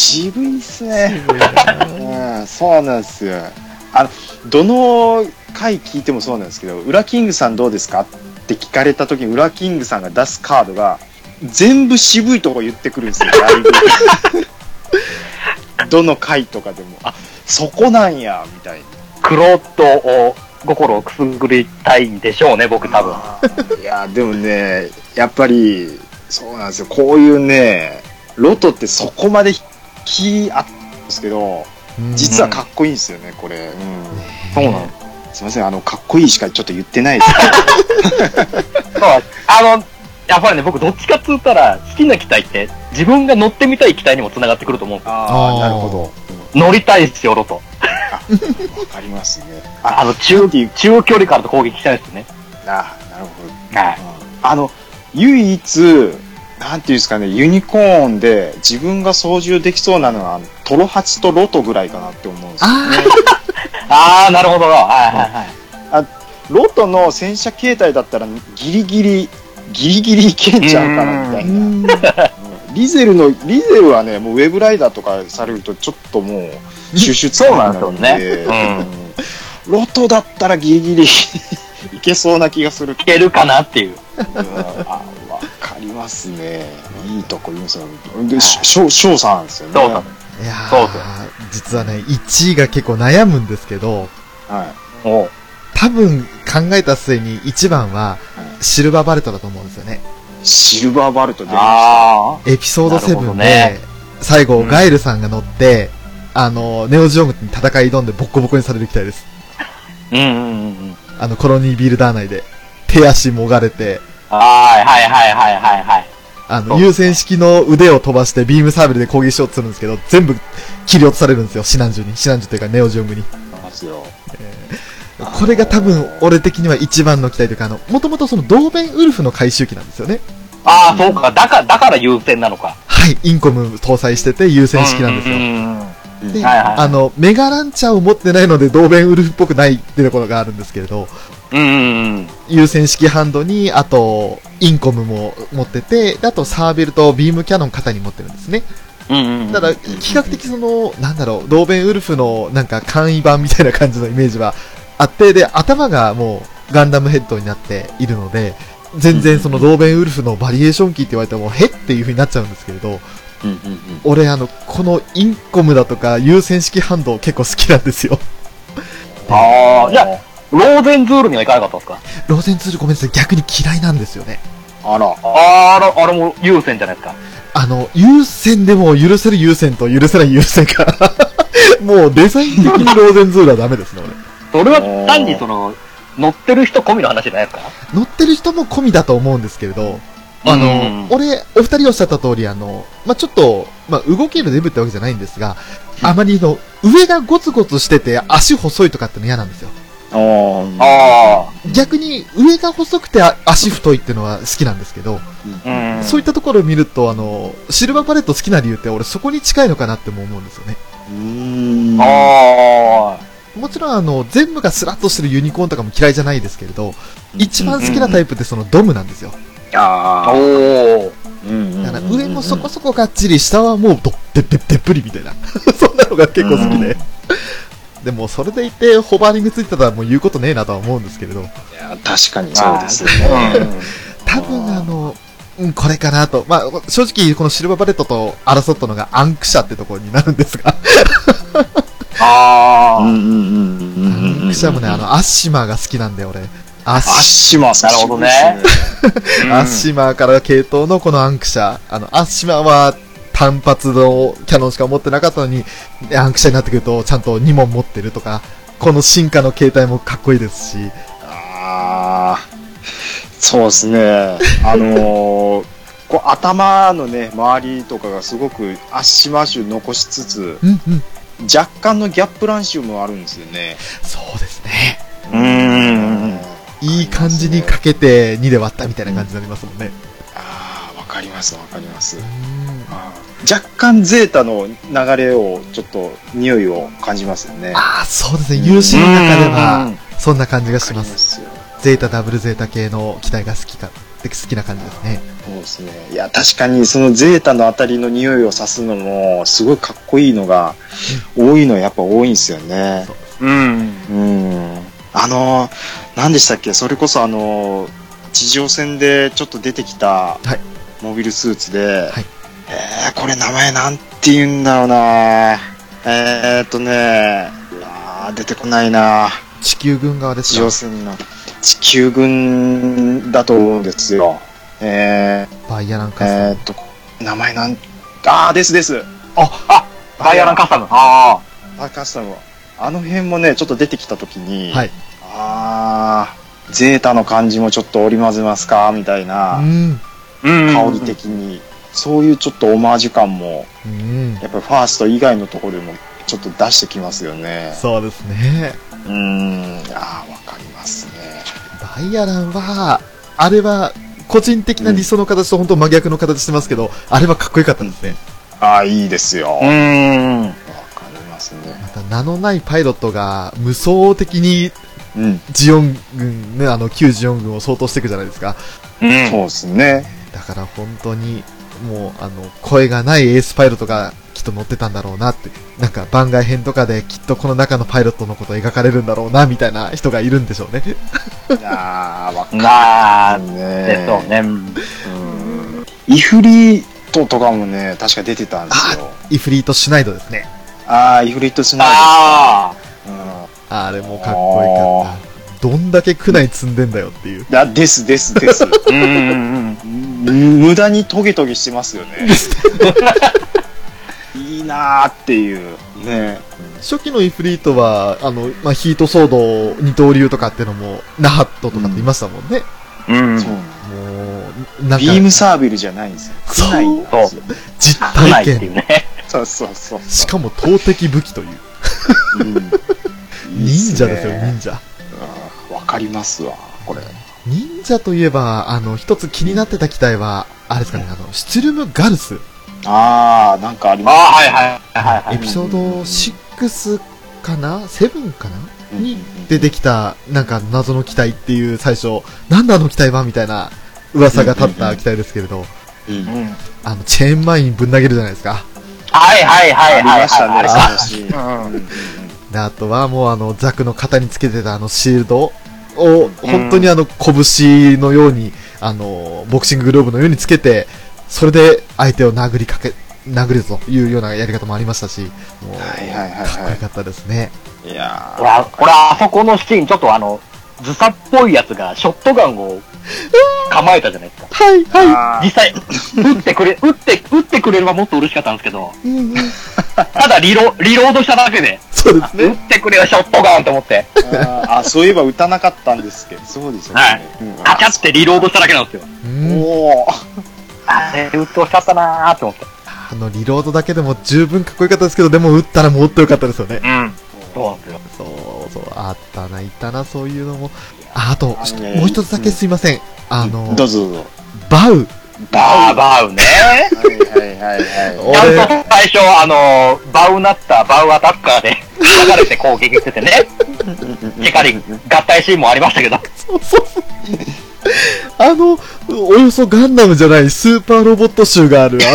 渋いっすね。 渋いな。 うん、そうなんですよ。どの回聞いてもそうなんですけど、ウラキングさんどうですかって聞かれた時に、ウラキングさんが出すカードが全部渋いとこ言ってくるんですよ。だいぶどの回とかでも、あ、そこなんやみたいな。 クロートを心をくすぐりたいんでしょうね、僕多分。 いやでもね、やっぱりそうなんですよ。こういうね、ロトってそこまで気あったんですけど、実はかっこいいんですよね、これ。うん、 そうなの。 すいません、かっこいいしかちょっと言ってないですけど。 そうやっぱりね、僕どっちかっつったら、好きな機体って、自分が乗ってみたい機体にも繋がってくると思うんですよ。 ああ、なるほど。 乗りたいですよ、ロト。 わかりますね。 中距離からと攻撃したいですね。 なるほど。 はい。 唯一、なんていうんですかね、ユニコーンで自分が操縦できそうなのは、トロハチとロトぐらいかなって思うんですよね。 ああ、なるほど。はいはいはい。 ロトの戦車形態だったらギリギリいけんちゃうかなみたいな。リゼルはね、もうウェブライダーとかされるとちょっともうシュシュそうなんですよね。 ロトだったらギリギリいけそうな気がする。 いけるかなっていう。 わかりますね。いいとこ言うんですよ。で、翔さんですよね。 そういやー、実はね、1位が結構悩むんですけど、 はい。 多分考えた末に1番はシルバーバレットだと思うんですよね。 シルバーバルト出ました。 エピソード7で、最後、ガエルさんが乗って、ネオジオムに戦い挑んでボッコボコにされる機体です。コロニービルダー内で、手足もがれて、優先式の腕を飛ばしてビームサーベルで攻撃しようとするんですけど、全部切り落とされるんですよ、シナンジュというかネオジオムに。これが多分、俺的には一番の機体というか、もともとそのドーベンウルフの回収機なんですよね。 ああ、そうか。だから優先なのか。 はい、インコム搭載してて優先式なんですよ。で、メガランチャーを持ってないのでドーベンウルフっぽくないっていうところがあるんですけれど、優先式ハンドに、あと、インコムも持ってて、あとサーベルとビームキャノン肩に持ってるんですね。ただ、比較的その、なんだろう、ドーベンウルフのなんか簡易版みたいな感じのイメージはあって、で、頭がもうガンダムヘッドになっているので、全然そのドーベンウルフのバリエーションキーって言われても、へっていう風になっちゃうんですけれど、俺このインコムだとか優先式ハンド結構好きなんですよ。 ああ、じゃあ、ローゼンズールには行かなかったんですか？ ローゼンズールごめんなさい、逆に嫌いなんですよね。 あれも優先じゃないですか。 優先でも許せる優先と許せない優先が、もうデザイン的にローゼンズールはダメですね、 俺。それは単に乗ってる人込みの話じゃないですか？ 乗ってる人も込みだと思うんですけれど、俺、お二人おっしゃった通り、ちょっと、動けるデブってわけじゃないんですが、あまり上がゴツゴツしてて足細いとかっての嫌なんですよ。逆に上が細くて足太いっていうのは好きなんですけど、そういったところを見ると、シルバーパレット好きな理由って俺そこに近いのかなっても思うんですよね。もちろん全部がスラッとしてるユニコーンとかも嫌いじゃないですけれど、一番好きなタイプってそのドムなんですよ。だから上もそこそこがっちり、下はもうでっぷりみたいなそんなのが結構好きで、でもそれでいてホバーリングついてたらもう言うことねえなとは思うんですけれど、いや確かにそうですね。 多分これかなと、正直このシルバーバレットと争ったのがアンクシャってところになるんですがアンクシャもね、アッシマーが好きなんで俺。 アッシマー、 なるほどね。 アッシマーから系統のこのアンクシャ。アッシマーは単発のキャノンしか持ってなかったのに、アンクシャになってくるとちゃんと2門持ってるとか、この進化の形態もかっこいいですし。 そうですね。頭のね、周りとかがすごくアッシマー種残しつつ、若干のギャップラン種もあるんですよね。 そうですね。いい感じにかけて2で割ったみたいな感じになりますもんね。 わかります。若干ゼータの流れをちょっ匂いを感じますよね。 そうですね。UC の中ではそんな感じがします。ゼータダブルゼータ系の機体が好きな感じですね。 そうですね。いや、確かにそのゼータのあたりの匂いを刺すのも、すごいかっこいいのが、多いのはやっぱ多いんですよね。 うん。 うん。何でしたっけ、それこそ地上戦でちょっと出てきた、モビルスーツで、はい、これ名前なんて言うんだろうな。出てこないな。 地球軍側ですか？ 地上戦の。地球軍だと思うんですよ。 バイアランカスタム。 名前です。 バイアランカスタム。ああ。カスタム。あの辺もね、ちょっと出てきたときに、 はい。 ゼータの感じもちょっと織り交ぜますかみたいな、香り的に、そういうちょっとオマージュ感も、やっぱりファースト以外のところでもちょっと出してきますよね。 そうですね。 わかりますね。 バイアランは、あれは、個人的な理想の形と本当真逆の形してますけど、あれはかっこよかったですね。 いいですよ。わかりますね。 また名のないパイロットが無双的に、ジオン軍ね、旧ジオン軍を相当していくじゃないですか。 そうですね。 だから本当に、もう、声がないエースパイロットがきっと乗ってたんだろうなって、なんか番外編とかできっとこの中のパイロットのことを描かれるんだろうな、みたいな人がいるんでしょうね。 わかるね。 でそうね。 イフリートとかもね、確か出てたんですよ。 イフリートシュナイドですね。 イフリートシュナイド。 あれもかっこよかった。どんだけ苦内積んでんだよっていう。 です。無駄にトゲトゲしてますよね。いいなーっていうね。 初期のイフリートはヒートソード二刀流とかっていうのもナハットとかっていましたもんね。 そう。もうなんかビームサーベルじゃないんですよ。 そう。実体験。 そう。 しかも投擲武器という。忍者ですよ、忍者。 わかりますわ、これ。 忍者といえば、一つ気になってた機体は、あれですかね、シュツルムガルス。 なんかありますね。 はい。 エピソード6かな ?7 かなに出てきた、なんか謎の機体っていう最初、なんだあの機体はみたいな噂が立った機体ですけれど、チェーンマインぶん投げるじゃないですか。 ありましたね、 で、あとはもうザクの肩につけてたシールドを、本当に拳のように、ボクシンググローブのようにつけて、それで相手を殴るというようなやり方もありましたし、もう、かっこよかったですね。 いやー。これあそこのシーン、ちょっとズサっぽいやつがショットガンを構えたじゃないですか。はい。実際、撃ってくれればもっと嬉しかったんですけど、ただリロードしただけで、 そうですね。 撃ってくれよ、ショットガンと思って。 そういえば撃たなかったんですけど、そうですよね。 はい。カチャってリロードしただけなんですよ。あれ、撃ってほしかったなーと思って。 リロードだけでも十分かっこよかったですけど、でも撃ったらもっとよかったですよね。 そうなんですよ。 そう、あったな、いたな、そういうのも。あと、もう一つだけすいません。 どうぞ。 バウね。ちゃんと最初、バウナッター、バウアタッカーで、流れて攻撃しててね。テカリン、合体シーンもありましたけど。 およそガンダムじゃないスーパーロボット集がある、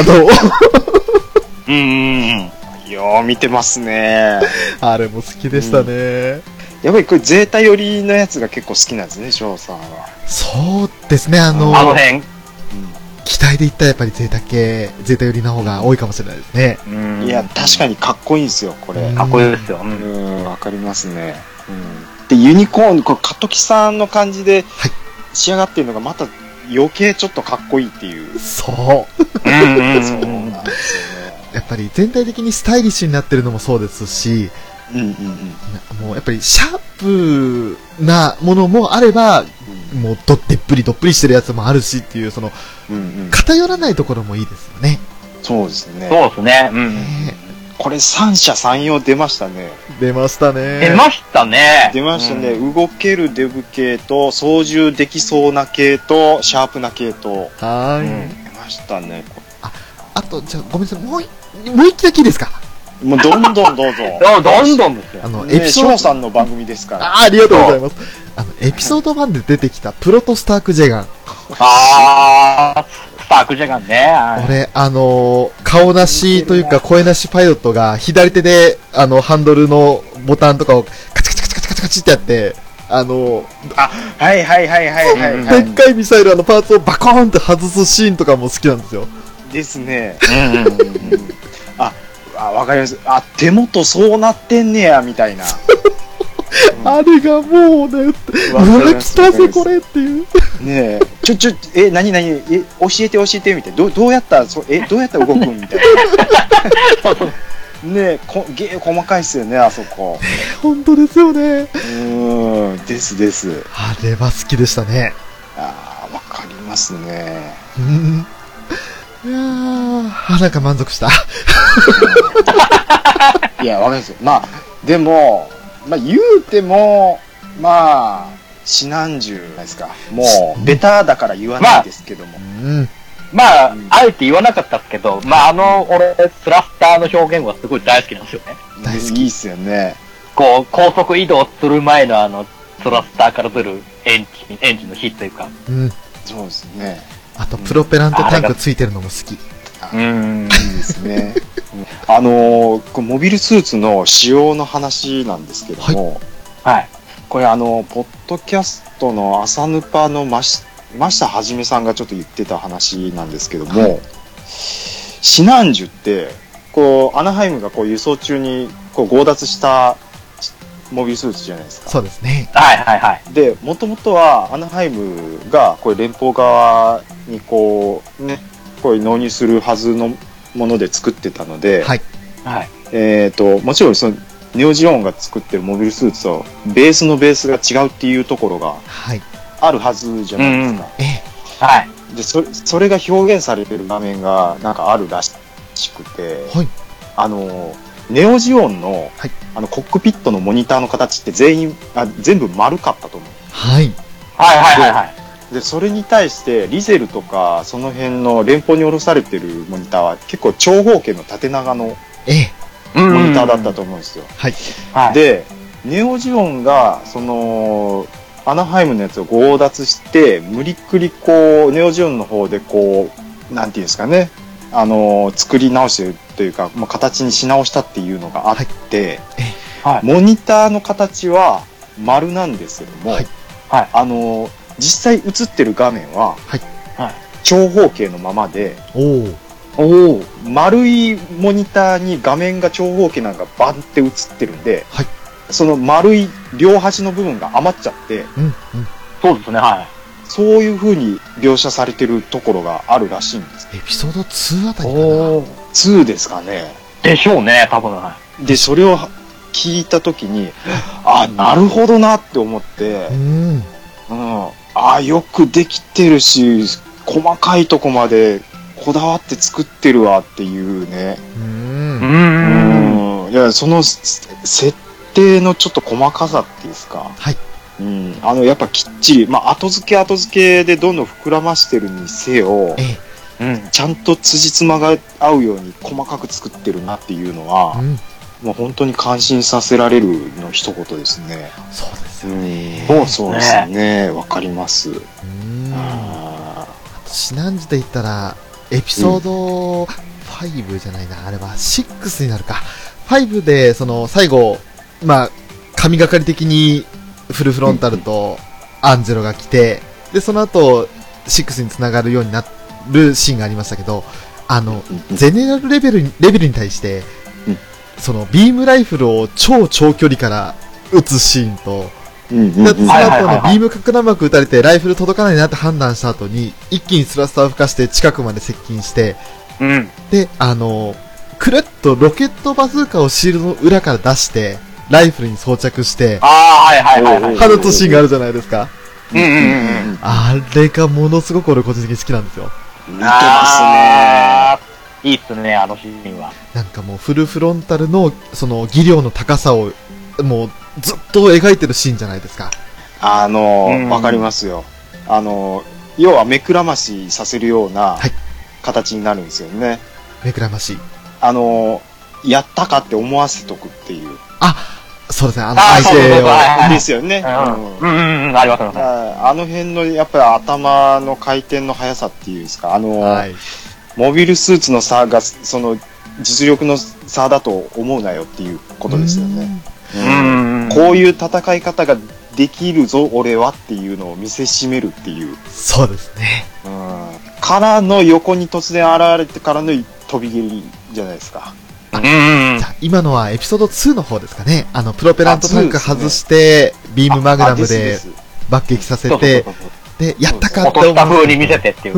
よう見てますね。 あれも好きでしたね。 やっぱりこれゼータ寄りのやつが結構好きなんですね、翔さんは。 そうですね、 あの辺。 機体で言ったらやっぱりゼータ寄りの方が多いかもしれないですね。 いや、確かにかっこいいんですよ、これ。 かっこいいですよ。 わかりますね。で、ユニコーン、これ、カトキさんの感じで仕上がってるのがまた余計ちょっとかっこいいっていう。 そう。 そうなんですよね。 やっぱり全体的にスタイリッシュになってるのもそうですし、もうやっぱりシャープなものもあれば、もうどっぷりしてるやつもあるしっていう、偏らないところもいいですよね。 そうですね。 そうですね。 これ三者三様出ましたね。 出ましたね。 動けるデブ系と操縦できそうな系とシャープな系と。出ましたね。 あと、じゃあごめんなさい、もう一機だけいいですか？ もうどんどんどうぞ。 どんどんですよ。 エピソードさんの番組ですから。 ありがとうございます。エピソード1で出てきたプロトスタークジェガン。 スパークジャガンね。 俺、顔なしというか声なしパイロットが左手で、ハンドルのボタンとかをカチカチカチカチカチカチってやって、 はいはいはいはいはい、 でっかいミサイルパーツをバコーンって外すシーンとかも好きなんですよ。 ですね。わかります。手元そうなってんねや、みたいな。 あれがもうね、うわ、来たぜ、これっていう。 ねえ、何教えて教えて、みたいな。どうやったら動くみたいな。ねえ、細かいっすよね、あそこ。 本当ですよね。 です。 あれは好きでしたね。 わかりますね。 いやー、なんか満足した。 いや、わかりますよ。まあ、でも、言うても、至難重じゃないですか。もう、ベタだから言わないですけども。 あえて言わなかったですけど、俺、スラスターの表現はすごい大好きなんですよね。 大好き。 いいっすよね。 こう、高速移動する前のスラスターから出るエンジンの火というか。 そうですね。 あと、プロペラントタンクついてるのも好き。 いいですね。モビルスーツの仕様の話なんですけども、これポッドキャストの朝ヌパの真下はじめさんがちょっと言ってた話なんですけども、シナンジュってアナハイムが輸送中に強奪したモビルスーツじゃないですか。 そうですね。 で、もともとはアナハイムが連邦側に納入するはずのもので作ってたので、もちろんそのネオジオンが作ってるモビルスーツとベースが違うっていうところがあるはずじゃないですか。で、それが表現されてる画面がなんかあるらしくて、ネオジオンの、コックピットのモニターの形って全部丸かったと思う。で、それに対してリゼルとかその辺の連邦に下ろされてるモニターは結構長方形の縦長のモニターだったと思うんですよ。で、ネオジオンがアナハイムのやつを強奪して無理くりネオジオンの方でなんていうんですかね、作り直してるというか、形にし直したっていうのがあって、モニターの形は丸なんですけども、実際映ってる画面は長方形のままで、丸いモニターに画面が長方形なんかバンって映ってるんで、その丸い両端の部分が余っちゃって、 そうですね、 そういう風に描写されてるところがあるらしいんです。 エピソード2あたりかな。 2ですかね。 でしょうね、多分。 で、それを聞いたときに、なるほどなって思って、よくできてるし、細かいとこまでこだわって作ってるわっていうね。いや、その設定のちょっと細かさっていうんですか。やっぱきっちり、後付けでどんどん膨らましてるにせよ、ちゃんと辻褄が合うように細かく作ってるなっていうのは、もう本当に感心させられるの一言ですね。 そうですよね。 そうですね。わかります。 シナンジで言ったら、エピソード5じゃないな、あれは6になるか。5で、最後、神がかり的にフルフロンタルとアンジェロが来て、で、その後、6に繋がるようになるシーンがありましたけど、ゼネラルレベルに対して、ビームライフルを超長距離から撃つシーンと、その後のビーム角弾幕撃たれてライフル届かないなって判断した後に、一気にスラスターを吹かして近くまで接近して、で、くるっとロケットバズーカをシールドの裏から出して、ライフルに装着して、放つシーンがあるじゃないですか。あれがものすごく俺個人的に好きなんですよ。 似てますね。 いいっすね、あのシーンは。 なんかもうフルフロンタルの技量の高さをもうずっと描いてるシーンじゃないですか。 わかりますよ。要は目くらましさせるような形になるんですよね。 目くらましい。 やったかって思わせとくっていう。 そうですね、相手を。 ですよね。 ありますね。 あの辺の、やっぱり頭の回転の速さっていうんですか、モビルスーツの差が、その、実力の差だと思うなよっていうことですよね。こういう戦い方ができるぞ、俺はっていうのを見せしめるっていう。 そうですね。 からの横に突然現れてからの飛び蹴りじゃないですか。 じゃあ今のはエピソード2の方ですかね。プロペラントタンク外して、ビームマグナムで爆撃させて、で、やったかって思った風に見せてっていう。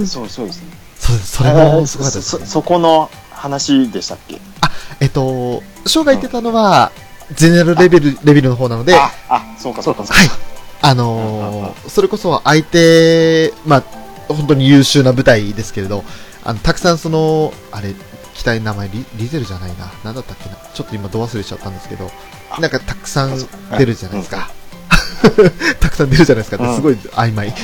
そうですね。 そうです。それもすごかったですね。 そこの話でしたっけ？ ショーが言ってたのは、ゼネラルレベルの方なので、 そうか。 はい。それこそ相手、本当に優秀な部隊ですけれど、たくさん機体の名前リゼルじゃないな。なんだったっけな。ちょっと今ど忘れしちゃったんですけど、なんかたくさん出るじゃないですか。たくさん出るじゃないですか。すごい曖昧。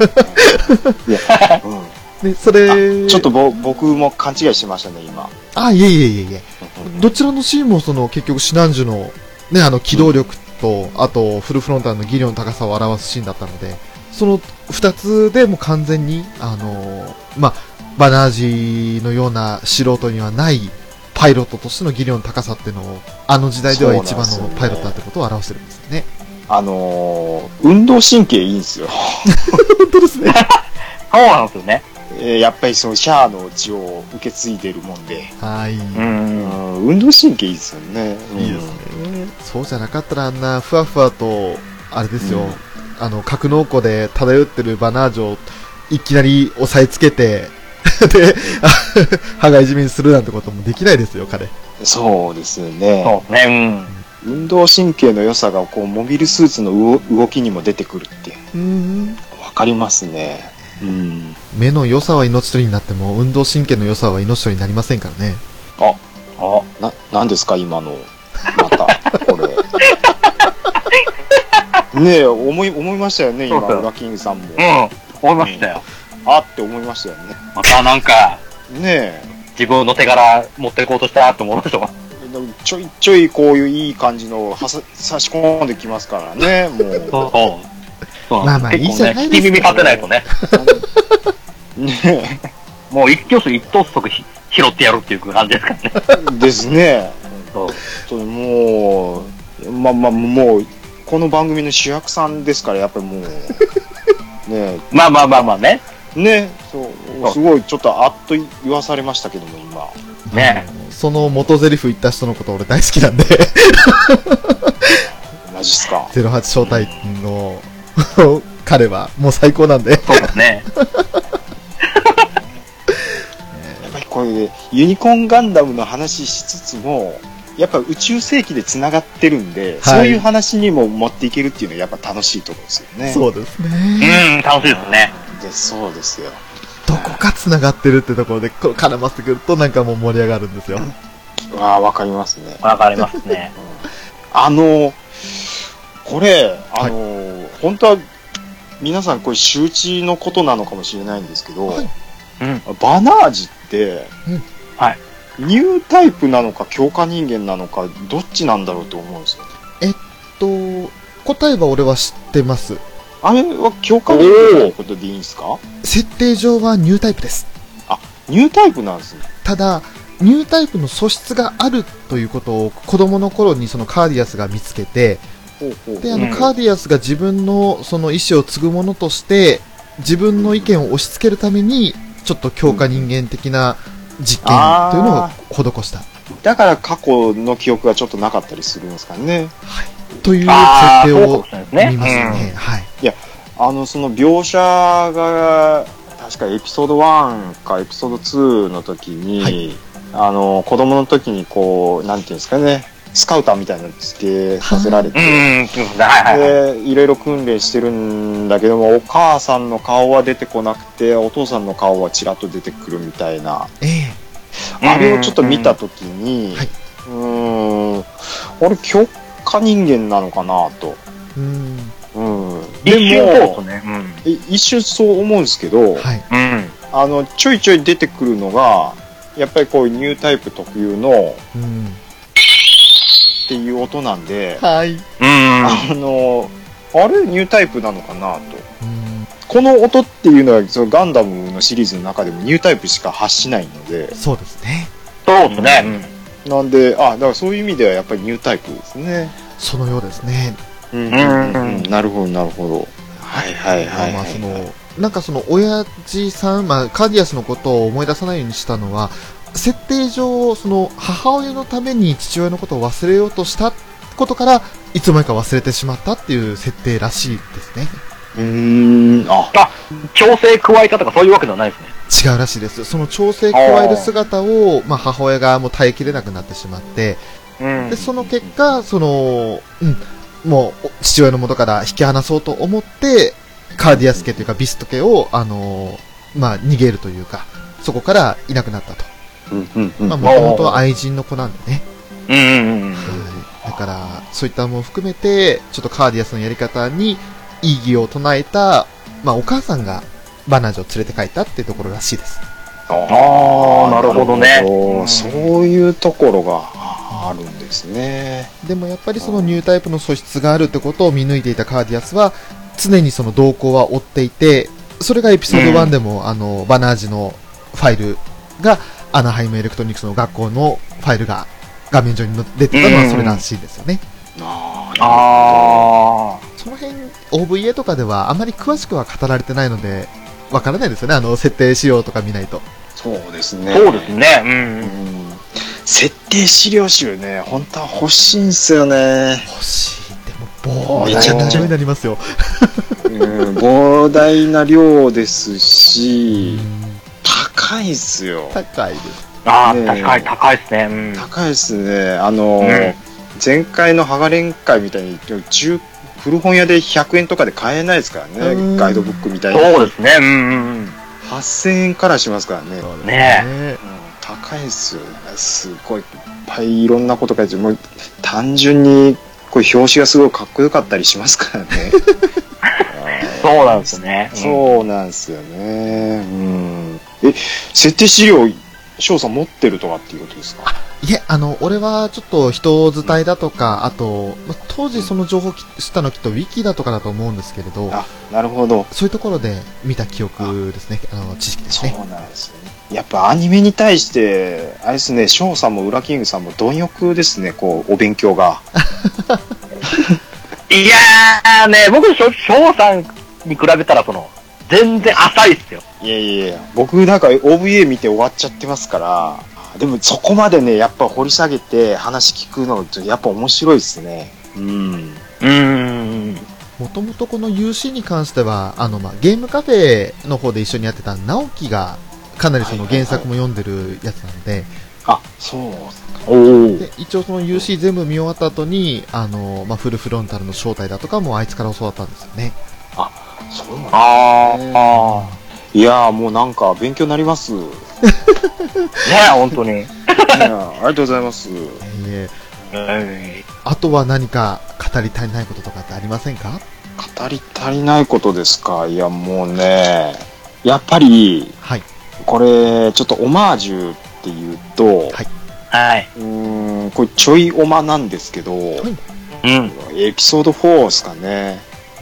で、それ、 ちょっと僕も勘違いしましたね、今。 いえ。どちらのシーンも結局シナンジュのね、機動力と、あとフルフロンタルの技量の高さを表すシーンだったので、その二つでもう完全に、バナージのような素人にはないパイロットとしての技量の高さっていうのを、あの時代では一番のパイロットだってことを表してるんですよね。 運動神経いいんですよ。 本当ですね。 そうなんですよね。 やっぱりそのシャアの血を受け継いでるもんで。 はい。 運動神経いいですよね。 いいですね。そうじゃなかったらあんなふわふわと、あれですよ、格納庫で漂ってるバナージュをいきなり押さえつけて、で、羽がいじめにするなんてこともできないですよ、彼。 そうですね。 そうね。 運動神経の良さがこうモビルスーツの動きにも出てくるって。わかりますね。 目の良さは命取りになっても運動神経の良さは命取りになりませんからね。 何ですか今のまたこれ。ねえ思いましたよね今ウラキングさんも。 思いましたよ。 って思いましたよね。 またなんかねえ自分の手柄持っていこうとしたと思いましたわ。 ちょいちょいこういういい感じの差し込んできますからねもう。 いいじゃないですか。 聞き耳立てないとね。もう一挙手一投足拾ってやるっていう感じですからね。 ですね。もう、もう、この番組の主役さんですから、やっぱりもう、ねね。 ね、そう、すごいちょっとあっと言わされましたけども、今。 ね。 その元台詞言った人のこと俺大好きなんで。 マジっすか。 08招待の彼はもう最高なんで。 そうですね。 やっぱりこういうユニコーンガンダムの話しつつも、やっぱ宇宙世紀で繋がってるんで、そういう話にも持っていけるっていうのはやっぱ楽しいところですよね。 そうですね。 楽しいですね。 そうですよ。 どこか繋がってるってところで絡ませてくるとなんかもう盛り上がるんですよ。 わかりますね。 わかりますね。 これ、本当は皆さんこれ周知のことなのかもしれないんですけど、バナージって、ニュータイプなのか強化人間なのかどっちなんだろうと思うんですよ。 答えは俺は知ってます。 あれは強化人間ということでいいんですか？ 設定上はニュータイプです。 ニュータイプなんですね。 ただニュータイプの素質があるということを子供の頃にそのカーディアスが見つけて、でカーディアスが自分のその意思を継ぐものとして自分の意見を押し付けるためにちょっと強化人間的な実験というのを施した。だから過去の記憶がちょっとなかったりするんですかね。 はい。という設定を見ますね。はい。 いや、その描写が確かエピソード1かエピソード2の時に、子供の時にこうなんていうんですかね。スカウターみたいなのつけさせられて、でいろいろ訓練してるんだけども、お母さんの顔は出てこなくてお父さんの顔はちらっと出てくるみたいな、あれをちょっと見た時に、あれ強化人間なのかなと。でも一瞬そう思うんですけど、ちょいちょい出てくるのがやっぱりこういうニュータイプ特有のっていう音なんで、 はい。 あれニュータイプなのかなと。この音っていうのは、そのガンダムのシリーズの中でもニュータイプしか発しないので。 そうですね。 そうですね。 なんで、だからそういう意味ではやっぱりニュータイプですね。 そのようですね。 なるほど、なるほど。はいはいはい。 まあなんかその親父さん、まあカーディアスのことを思い出さないようにしたのは、設定上、その母親のために父親のことを忘れようとしたことから、いつの間にか忘れてしまったっていう設定らしいですね。 調整加えたとかそういうわけではないですね。違うらしいです。その調整加える姿を、まあ母親がもう耐えきれなくなってしまって、で、その結果、もう父親の元から引き離そうと思って、カーディアス家というかビスト家を、まあ逃げるというか、そこからいなくなったと。まあもともと愛人の子なんでね。だから、そういったものを含めて、ちょっとカーディアスのやり方に異議を唱えた、まあお母さんがバナージを連れて帰ったっていうところらしいです。 なるほどね。 そういうところがあるんですね。 でもやっぱりそのニュータイプの素質があるってことを見抜いていたカーディアスは、常にその動向は追っていて、それがエピソード1でも、バナージのファイルが、アナハイムエレクトロニクスの学校のファイルが画面上に出てたのはそれらしいですよね。その辺、OVA とかではあまり詳しくは語られてないので、わからないですよね、設定資料とか見ないと。 そうですね。 そうですね。 設定資料集ね、本当は欲しいんですよね。 欲しい。でも、膨大な量になりますよ。 膨大な量ですし、高いっすよ。 高いです。 高いですね。 高いですね。前回のハガレン会みたいに、古本屋で100円とかで買えないですからね、ガイドブックみたいな。 そうですね。 8000円からしますからね。 ね。 高いっすよね。すごいいっぱいいろんなこと書いて、もう単純にこれ表紙がすごいかっこよかったりしますからね。 そうなんですね。 そうなんですよね。設定資料、翔さん持ってるとかっていうことですか？ いえ、俺はちょっと人伝いだとか、あと、当時その情報知ったのきっとウィキだとかだと思うんですけれど。 なるほど。 そういうところで見た記憶ですね。知識ですね。 そうなんですよね。やっぱアニメに対して、あれですね、翔さんもウラキングさんも貪欲ですね、こう、お勉強が。 いやーね、僕、翔さんに比べたら、全然浅いっすよ。 いや、僕なんか OVA 見て終わっちゃってますから、でもそこまでね、やっぱ掘り下げて話聞くの、やっぱ面白いですね。 もともとこの UC に関しては、ゲームカフェの方で一緒にやってた直樹が、かなりその原作も読んでるやつなので、 そうで一応その UC 全部見終わった後に、フルフロンタルの正体だとかもあいつから教わったんですよね。 そうなんですね。いやー、もうなんか勉強になります。ねえ、本当に。 ありがとうございます。 あとは何か語り足りないこととかってありませんか？ 語り足りないことですか？いや、もうね、やっぱり、これ、ちょっとオマージュっていうと、これちょいオマなんですけど、エピソード4ですかね。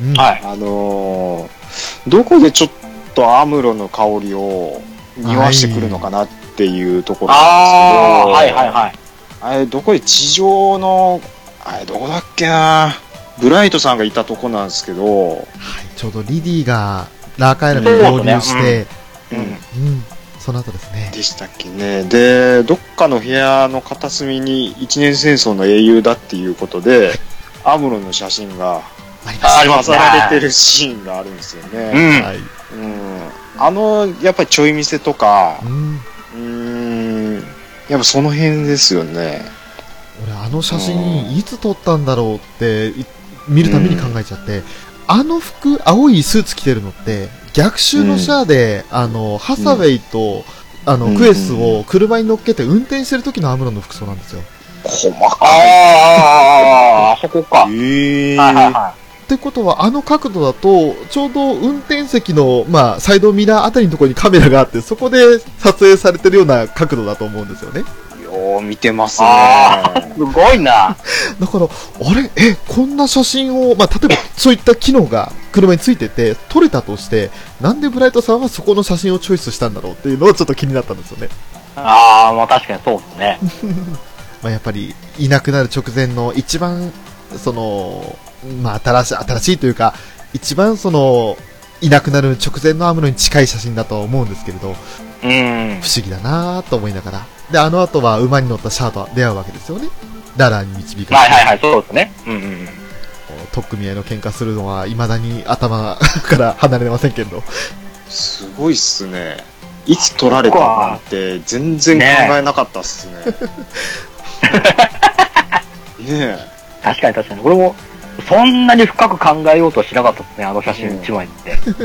どこでちょっとアムロの香りを匂わしてくるのかなっていうところなんですけど、あれどこで地上のあれどこだっけな、ブライトさんがいたとこなんですけど、 ちょうどリディがラーカイラに合流して、その後ですね。 でしたっけね。で、どっかの部屋の片隅に一年戦争の英雄だっていうことで、アムロの写真が飾られてるシーンがあるんですよね。やっぱりちょい見せとか、やっぱその辺ですよね。 俺写真いつ撮ったんだろうって見るたびに考えちゃって、服、青いスーツ着てるのって逆襲のシャアで、ハサウェイと、クエスを車に乗っけて運転してる時のアムロの服装なんですよ。 細かい。 あそこか。 ってことは、角度だと、ちょうど運転席の、サイドミラーあたりのところにカメラがあって、そこで撮影されてるような角度だと思うんですよね。 構見てますね。 すごいな。 だから、あれこんな写真を、まあ、例えばそういった機能が車についてて、撮れたとして、なんでブライトさんはそこの写真をチョイスしたんだろうっていうのはちょっと気になったんですよね。 まあ確かにそうですね。 まあやっぱり、いなくなる直前の一番、まあ新しいというか、一番いなくなる直前のアムロに近い写真だとは思うんですけれど、不思議だなぁと思いながら。で、あの後は馬に乗ったシャアと出会うわけですよね。ララに導かれて。 はいはいはい、そうですね。 取っ組み合いの喧嘩するのは未だに頭から離れませんけど。 すごいっすね。いつ撮られたなんて全然考えなかったっすね。ねえ。 確かに。俺も、そんなに深く考えようとはしなかったですね、あの写真1枚って。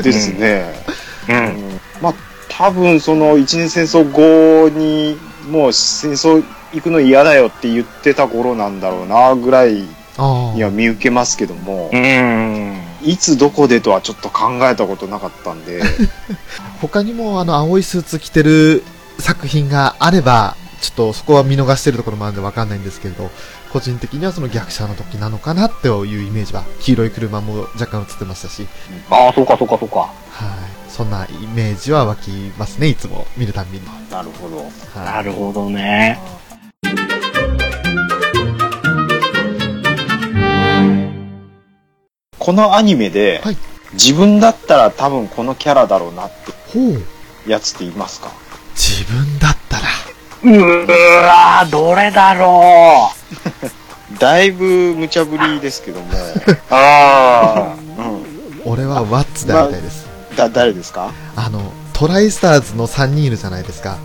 ですね。まあ、多分一年戦争後に、もう戦争行くの嫌だよって言ってた頃なんだろうな、ぐらいには見受けますけども、いつどこでとはちょっと考えたことなかったんで。 他にも青いスーツ着てる作品があれば、ちょっとそこは見逃してるところもあるんでわかんないんですけれど、個人的にはその逆者の時なのかなっていうイメージは、黄色い車も若干映ってましたし。 そうか。 はい。そんなイメージは湧きますね、いつも見るたんびに。 なるほど。 はい、なるほどね。 このアニメで、はい、自分だったら多分このキャラだろうなってやつっていますか？ 自分だったら。 どれだろう。だいぶ無茶ぶりですけども。 俺はワッツでありたいです。 誰ですか？ トライスターズの3人いるじゃないですか。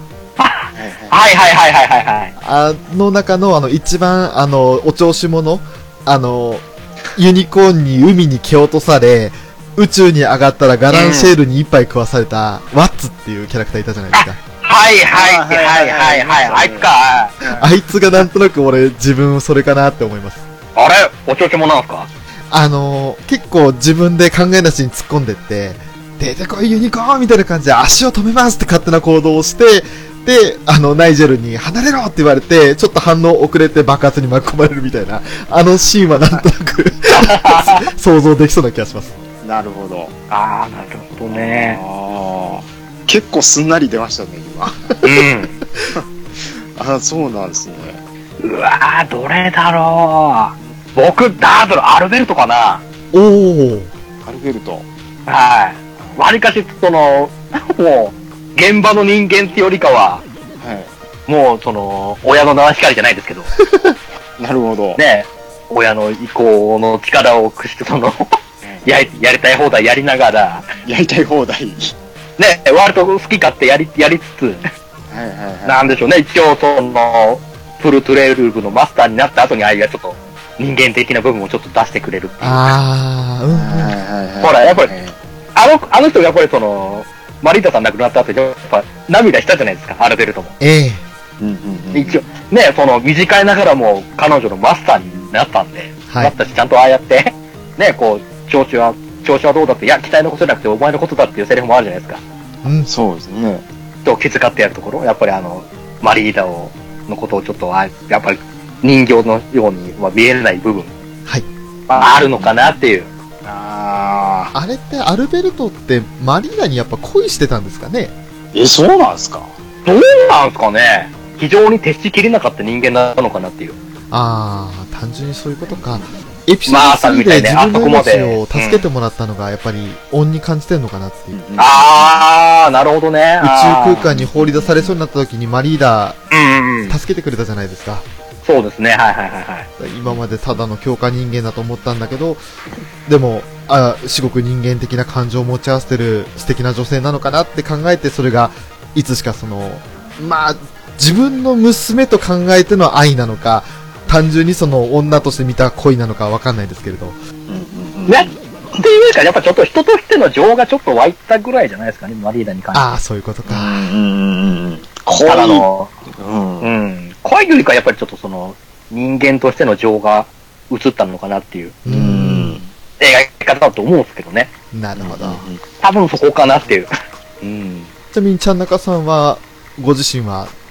はい中の一番お調子者、ユニコーンに海に蹴落とされ、宇宙に上がったらガランシェールに一杯食わされたワッツっていうキャラクターいたじゃないですか。あいつか。 あいつがなんとなく俺自分それかなって思います。 あれお調子者なんすか？ 結構自分で考えなしに突っ込んでって、出てこいユニコーンみたいな感じで足を止めますって勝手な行動をして、で、ナイジェルに離れろって言われて、ちょっと反応遅れて爆発に巻き込まれるみたいな、シーンはなんとなく想像できそうな気がします。 なるほど。 なるほどね。 結構すんなり出ましたね、今。そうなんですね。 どれだろう。僕、アルベルトかな。 アルベルト。 はい。わりかし、もう、現場の人間ってよりかは、もう、親の七光じゃないですけど。 なるほど。 ね、親の意向の力を駆使して、やりたい放題やりながら。 やりたい放題。 ね、割と好き勝手やりつつ、なんでしょうね、一応フルトレール部のマスターになった後にちょっと人間的な部分をちょっと出してくれるっていう。ほら、やっぱり、あの人がやっぱりマリータさん亡くなった後にやっぱ涙したじゃないですか、アルベルトも。一応、ね、短いながらも彼女のマスターになったんで、なったし、ちゃんとああやって、ね、調子はどうだって、いや、期待のことじゃなくてお前のことだっていうセリフもあるじゃないですか。 そうですね。 と気遣ってやるところ、やっぱりマリーダのことをちょっと、やっぱり人形のようには見えない部分。あるのかなっていう。 あれってアルベルトってマリーダにやっぱ恋してたんですかね？ そうなんですか？ どうなんですかね？非常に徹しきれなかった人間なのかなっていう。 単純にそういうことか。エピソード3で自分の命を助けてもらったのがやっぱり恩に感じてるのかなっていう。 なるほどね。 宇宙空間に放り出されそうになった時にマリーダ助けてくれたじゃないですか。 そうですね。 今までただの強化人間だと思ったんだけど、でもすごく人間的な感情を持ち合わせてる素敵な女性なのかなって考えて、それがいつしか自分の娘と考えての愛なのか、単純に女として見た恋なのかわかんないですけれど。 ね、っていうか、やっぱちょっと人としての情がちょっと湧いたぐらいじゃないですかね、マリーダに関して。 そういうことか。 恋よりかやっぱりちょっと人間としての情が映ったのかなっていう描き方だと思うんですけどね。 なるほど。 多分そこかなっていう。 ちなみにちゃんなかさんはご自身は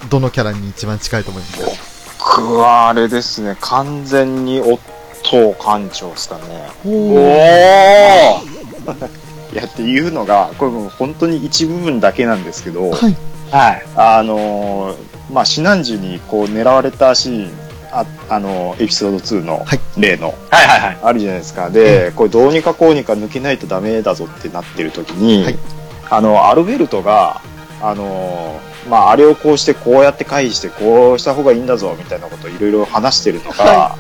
どのキャラに一番近いと思いますか？ 僕はあれですね、完全にオットー艦長ですかね。 おーいやっていうのが、これもう本当に一部分だけなんですけど、 はい。 はい。 まあ、シナンジュにこう狙われたシーン、エピソード2の例の、 はいはいはい。 あるじゃないですか。で、これどうにかこうにか抜けないとダメだぞってなってる時に、はい、アルベルトが、まあ、あれをこうしてこうやって回避してこうした方がいいんだぞみたいなことをいろいろ話してるのが、はい、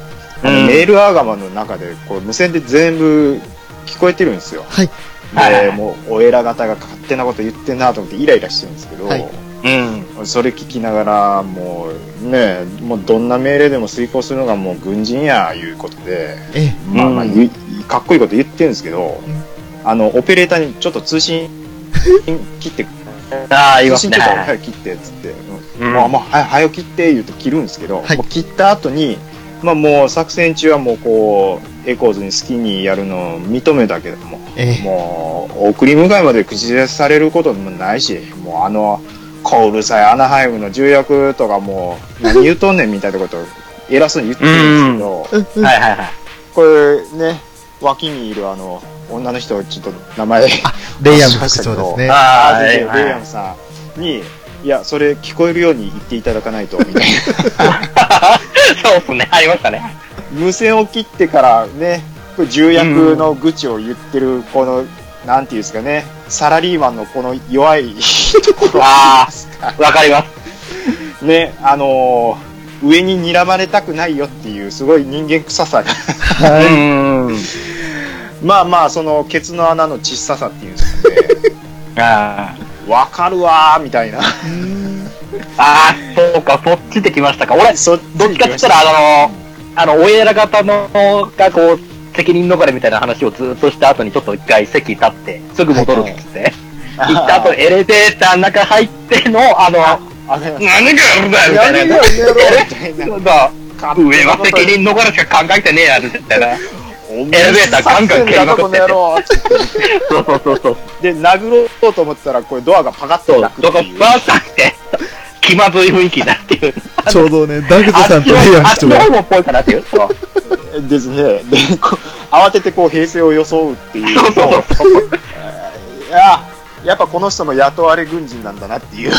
メールアーガマの中でこう無線で全部聞こえてるんですよ。はい。で、もうお偉方が勝手なこと言ってんなと思ってイライラしてるんですけど、はい、それ聞きながらもうね、もうどんな命令でも遂行するのがもう軍人やいうことで、まあまあかっこいいこと言ってるんですけど、オペレーターにちょっと通信切って言いますね。 早く切ってっつって、もう早く切って言うと切るんですけど、はい、もう切った後に、まあもう作戦中はもうこうエコーズに好きにやるのを認めたけども、もう送り迎えまで口出しされることもないし、もうこううるさいアナハイムの重役とかもう何言うとんねんみたいなことを偉そうに言ってるんですけど、はいはいはい。これね、脇にいる女の人ちょっと名前レイヤム副長ですね。 レイヤムさんに、いや、それ聞こえるように言っていただかないと、みたいな。 そうっすね、ありましたね。 無線を切ってからね、重役の愚痴を言ってる、この、なんていうんですかね、サラリーマンのこの弱いところわかります。 ね、上に睨まれたくないよっていう、すごい人間臭さが。まあまあ、その、ケツの穴の小ささっていうんですかね。わかるわー、みたいな。 そうか、そっちで来ましたか。俺、どっちかって言ったら、お偉方の、がこう、責任逃れみたいな話をずっとした後にちょっと一回席立って、すぐ戻るっつって。行った後、エレベーターの中入っての、何があるんだよ、みたいな。上は責任逃れしか考えてねえやる、みたいな。エレベーターガンガン蹴りまくってて。そう。で、殴ろうと思ったら、これドアがパカッと開くっていう。ドアがパカッと開いて、気まずい雰囲気になっていう。 ちょうどね、ダグトさんとレイヤンあっちの方もっぽいかなっていう。 ですね。で、慌ててこう、平静を装うっていう。やっぱこの人も雇われ軍人なんだなっていう。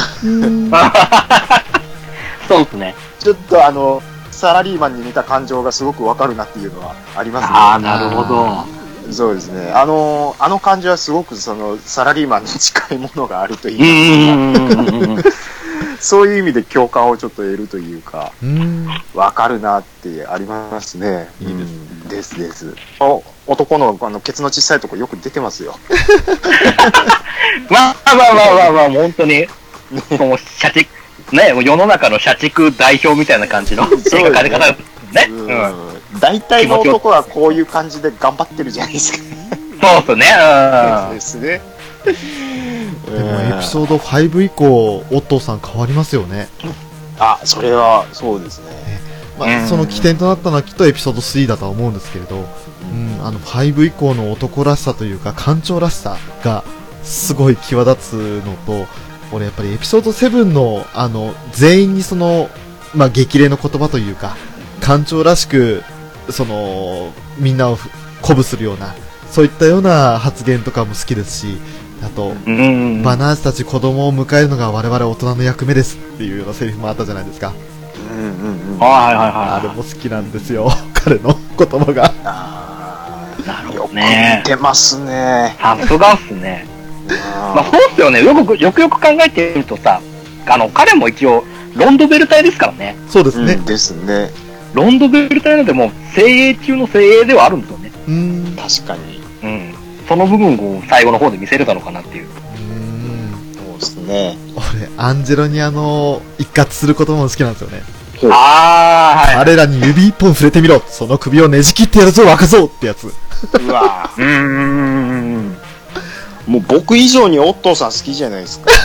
そうですね。 ちょっとサラリーマンに似た感情がすごくわかるなっていうのはありますね。 なるほど。 そうですね。感じはすごくそのサラリーマンに近いものがあるというか、そういう意味で共感をちょっと得るというか、わかるなってありますね。いいですです。男のケツの小さいとこよく出てますよ。 まあ、本当に、もう社畜、ね、世の中の社畜代表みたいな感じの描かれ方ですね。 大体の男はこういう感じで頑張ってるじゃないですか。 そうっすね。 ですね。 でもエピソード5以降、オットーさん変わりますよね。 それはそうですね。 その起点となったのはきっとエピソード3だとは思うんですけれど、5以降の男らしさというか艦長らしさがすごい際立つのと、俺やっぱりエピソード7の全員にその、激励の言葉というか、艦長らしくみんなを鼓舞するような、そういったような発言とかも好きですし、あと、バナーズたち子供を迎えるのが我々大人の役目ですっていうようなセリフもあったじゃないですか。あれも好きなんですよ、彼の言葉が。 なるほどね。 似てますね。 さすがっすね。そうっすよね。よく考えてみるとさ、彼も一応ロンドベル隊ですからね。 そうですね。 ですね。 ロンドベル隊なのでも精鋭中の精鋭ではあるんですよね。 確かに。 その部分を最後の方で見せれたのかなっていう。 そうですね。 俺アンジェロに一括することも好きなんですよね。 彼らに指一本触れてみろ、その首をねじ切ってやるぞ若造ってやつ。 うわもう僕以上にオットーさん好きじゃないですか。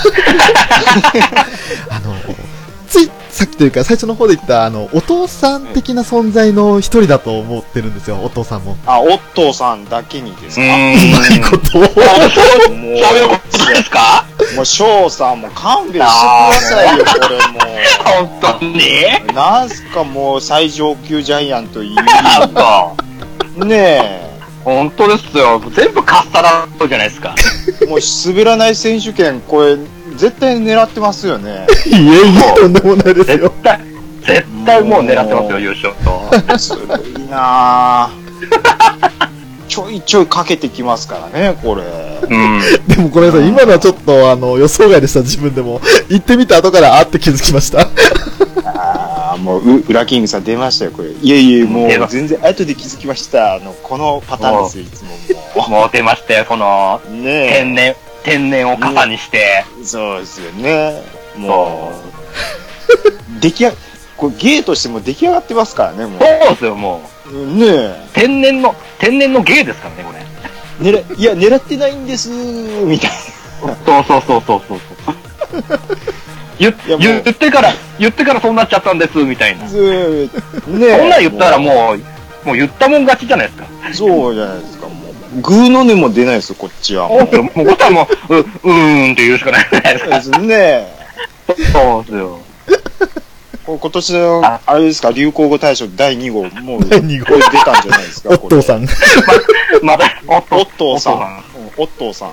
ついさっきというか最初の方で言ったお父さん的な存在の一人だと思ってるんですよ、お父さんも。 オットーさんだけにですか。 うまいことを。 そういうことですか。 もう翔さんも勘弁してくださいよ、これもう。 本当になんすかもう最上級ジャイアントいい。ねえ。 本当ですよ。全部カスタラじゃないですか。 もう滑らない選手権、これ、絶対狙ってますよね。 いえいえ、とんでもないですよ。 絶対もう狙ってますよ、優勝と。 すごいなぁ。ちょいちょいかけてきますからね、これ。 でもこれさ、今のはちょっと予想外でした、自分でも。行ってみた後からって気づきました。 ああ、もう、ウラキングさん出ましたよ、これ。いえいえ、もう全然後で気づきました。このパターンですよ、いつも。 もう出ましたよ、この、天然を傘にして。 そうですよね。もう、これ芸としても出来上がってますからね、もう。 そうですよ、もう。 ねえ。 天然の芸ですからね、これ。 いや、狙ってないんですみたいな。そう。言ってからそうなっちゃったんです、みたいな。ねえ。そんなん言ったらもう言ったもん勝ちじゃないですか。 そうじゃないですか、もう。グーの音も出ないですよ、こっちは。もうこっちはもう、って言うしかないじゃないですか。 ですね。 そうですよ。 今年の、あれですか、流行語大賞第2号、もう、 第2号出たんじゃないですか。 オットーさん。 まだ、 オットーさん。オットーさん。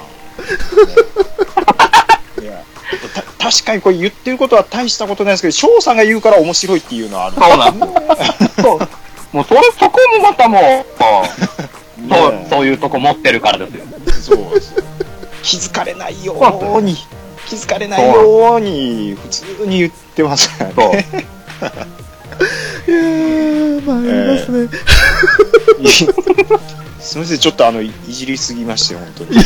いや、確かにこれ言ってることは大したことないですけど、翔さんが言うから面白いっていうのはある。 そうなんですよ。もうそこもまたもう、そういうとこ持ってるからですよ。 そうですよ。気づかれないように。気づかれないように普通に言ってますからね。 いやー、まあ、ありますね。 すみません、ちょっといじりすぎましたよ、本当に。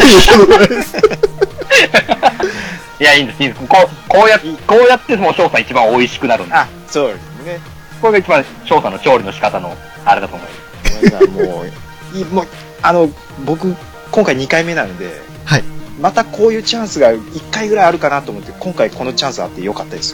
いや、いいんです。こうやってもう翔さん一番美味しくなるんで。 あ、そうですね。 これが一番翔さんの調理の仕方のあれだと思います。 僕、今回2回目なので、 はい。 またこういうチャンスが1回ぐらいあるかなと思って、今回このチャンスあってよかったです。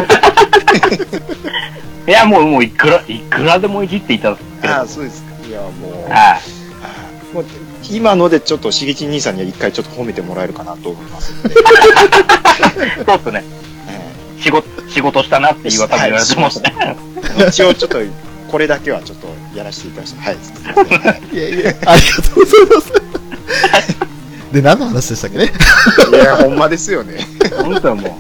いや、もういくらでもいじっていただける。 ああ、そうですか。いや、もう今のでちょっとしげち兄さんには1回ちょっと褒めてもらえるかなと思いますので。 そうっすね。仕事したなって言われてましたね。 一応ちょっと、これだけはちょっとやらせていただきました。はい。 いやいや、ありがとうございます。で、何の話でしたっけね。 いや、ほんまですよね。 本当はも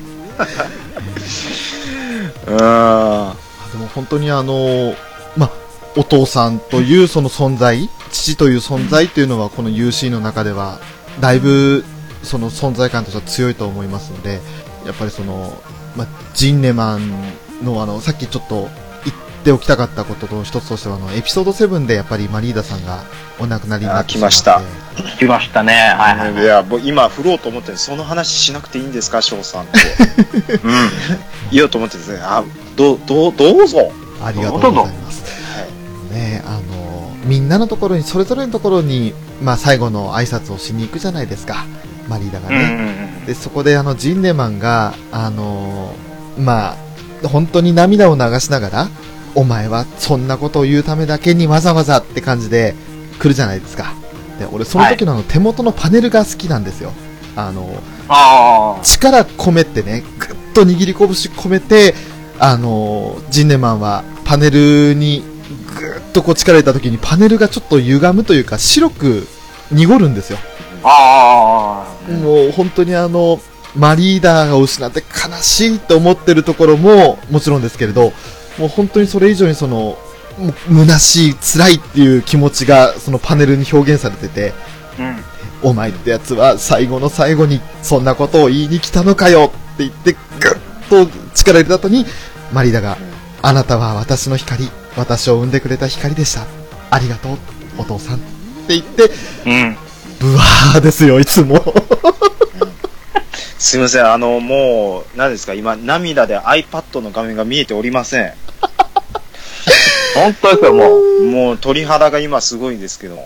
う。 でも本当にお父さんというその存在、父という存在というのはこの UC の中では、だいぶその存在感としては強いと思いますので、やっぱりジンネマンのさっきちょっと言っておきたかったことの一つとしては、エピソード7でやっぱりマリーダさんがお亡くなりになってしまって。 来ましたね。はい。 いや、今振ろうと思って、その話しなくていいんですか、翔さんと。言おうと思ってですね。どうぞ。 ありがとうございます。ね、みんなのところに、それぞれのところに、最後の挨拶をしに行くじゃないですか、マリーダがね。で、そこでジンネマンが、本当に涙を流しながら、お前はそんなことを言うためだけにわざわざって感じで来るじゃないですか。で、俺その時の手元のパネルが好きなんですよ。力込めてね、ぐっと握り拳込めて、ジンネマンはパネルにぐっとこう力入れた時にパネルがちょっと歪むというか白く濁るんですよ。もう本当にマリーダーを失って悲しいと思ってるところももちろんですけれど、もう本当にそれ以上に虚しい辛いっていう気持ちがそのパネルに表現されてて、お前ってやつは最後の最後にそんなことを言いに来たのかよって言ってぐっと力入れた後にマリーダが、あなたは私の光、私を産んでくれた光でした、ありがとうお父さんって言って、ブワーですよいつも。 すいません、もう何ですか、今涙で iPad の画面が見えておりません。 本当ですよ、 もう鳥肌が今すごいんですけども。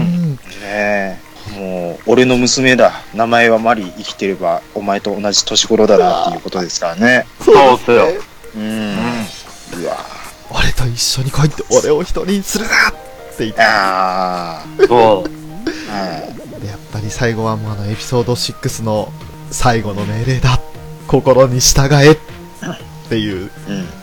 もう俺の娘だ、名前はマリー、生きてればお前と同じ年頃だなっていうことですからね。 そうですよ。 うわ、 俺と一緒に来いって、俺を一人にするなって言って。 そう。 でやっぱり最後はもうエピソード6の最後の命令だ。心に従え。っていう。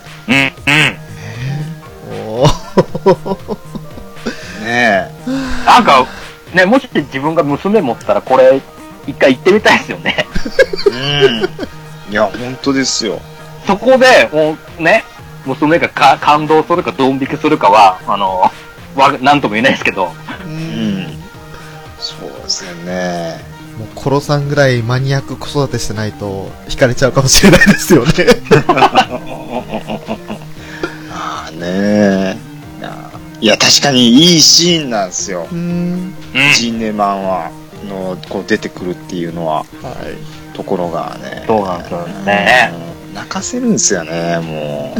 ねえ。 なんか、ね、もし自分が娘持ったらこれ、一回行ってみたいですよね。 いや、本当ですよ。 そこで、もうね、娘が感動するかドン引きするかは、なんとも言えないですけど。 そうですよね。 もう、コロさんぐらいマニアック子育てしてないと、惹かれちゃうかもしれないですよね。 ああね。いや、確かにいいシーンなんですよ。ジンネマンは、こう出てくるっていうのは、ところがね。 そうなんですよね。 泣かせるんですよね、もう。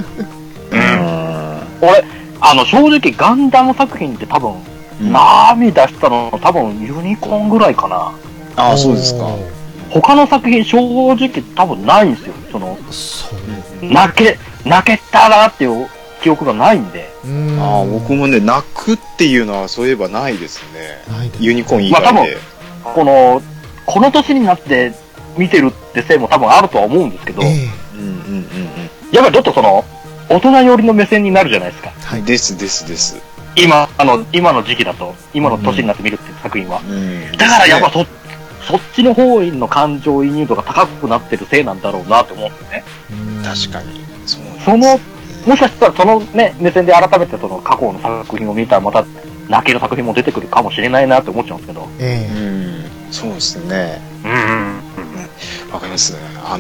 俺、正直ガンダム作品って多分、涙したの多分ユニコーンぐらいかな。 ああ、そうですか。 他の作品正直多分ないんですよ。泣けたなっていう記憶がないんで。 ああ、僕もね、泣くっていうのはそういえばないですね。ユニコーン以外で。 多分、この年になって見てるってせいも多分あるとは思うんですけど、やっぱりちょっと大人寄りの目線になるじゃないですか。 はい、です。 今の時期だと、今の年になって見るっていう作品は。だからやっぱそっちの方の感情移入度が高くなってるせいなんだろうなと思ってね。 確かに。 もしかしたらそのね、目線で改めて過去の作品を見たらまた泣ける作品も出てくるかもしれないなって思っちゃうんですけど。 そうですね。わかります。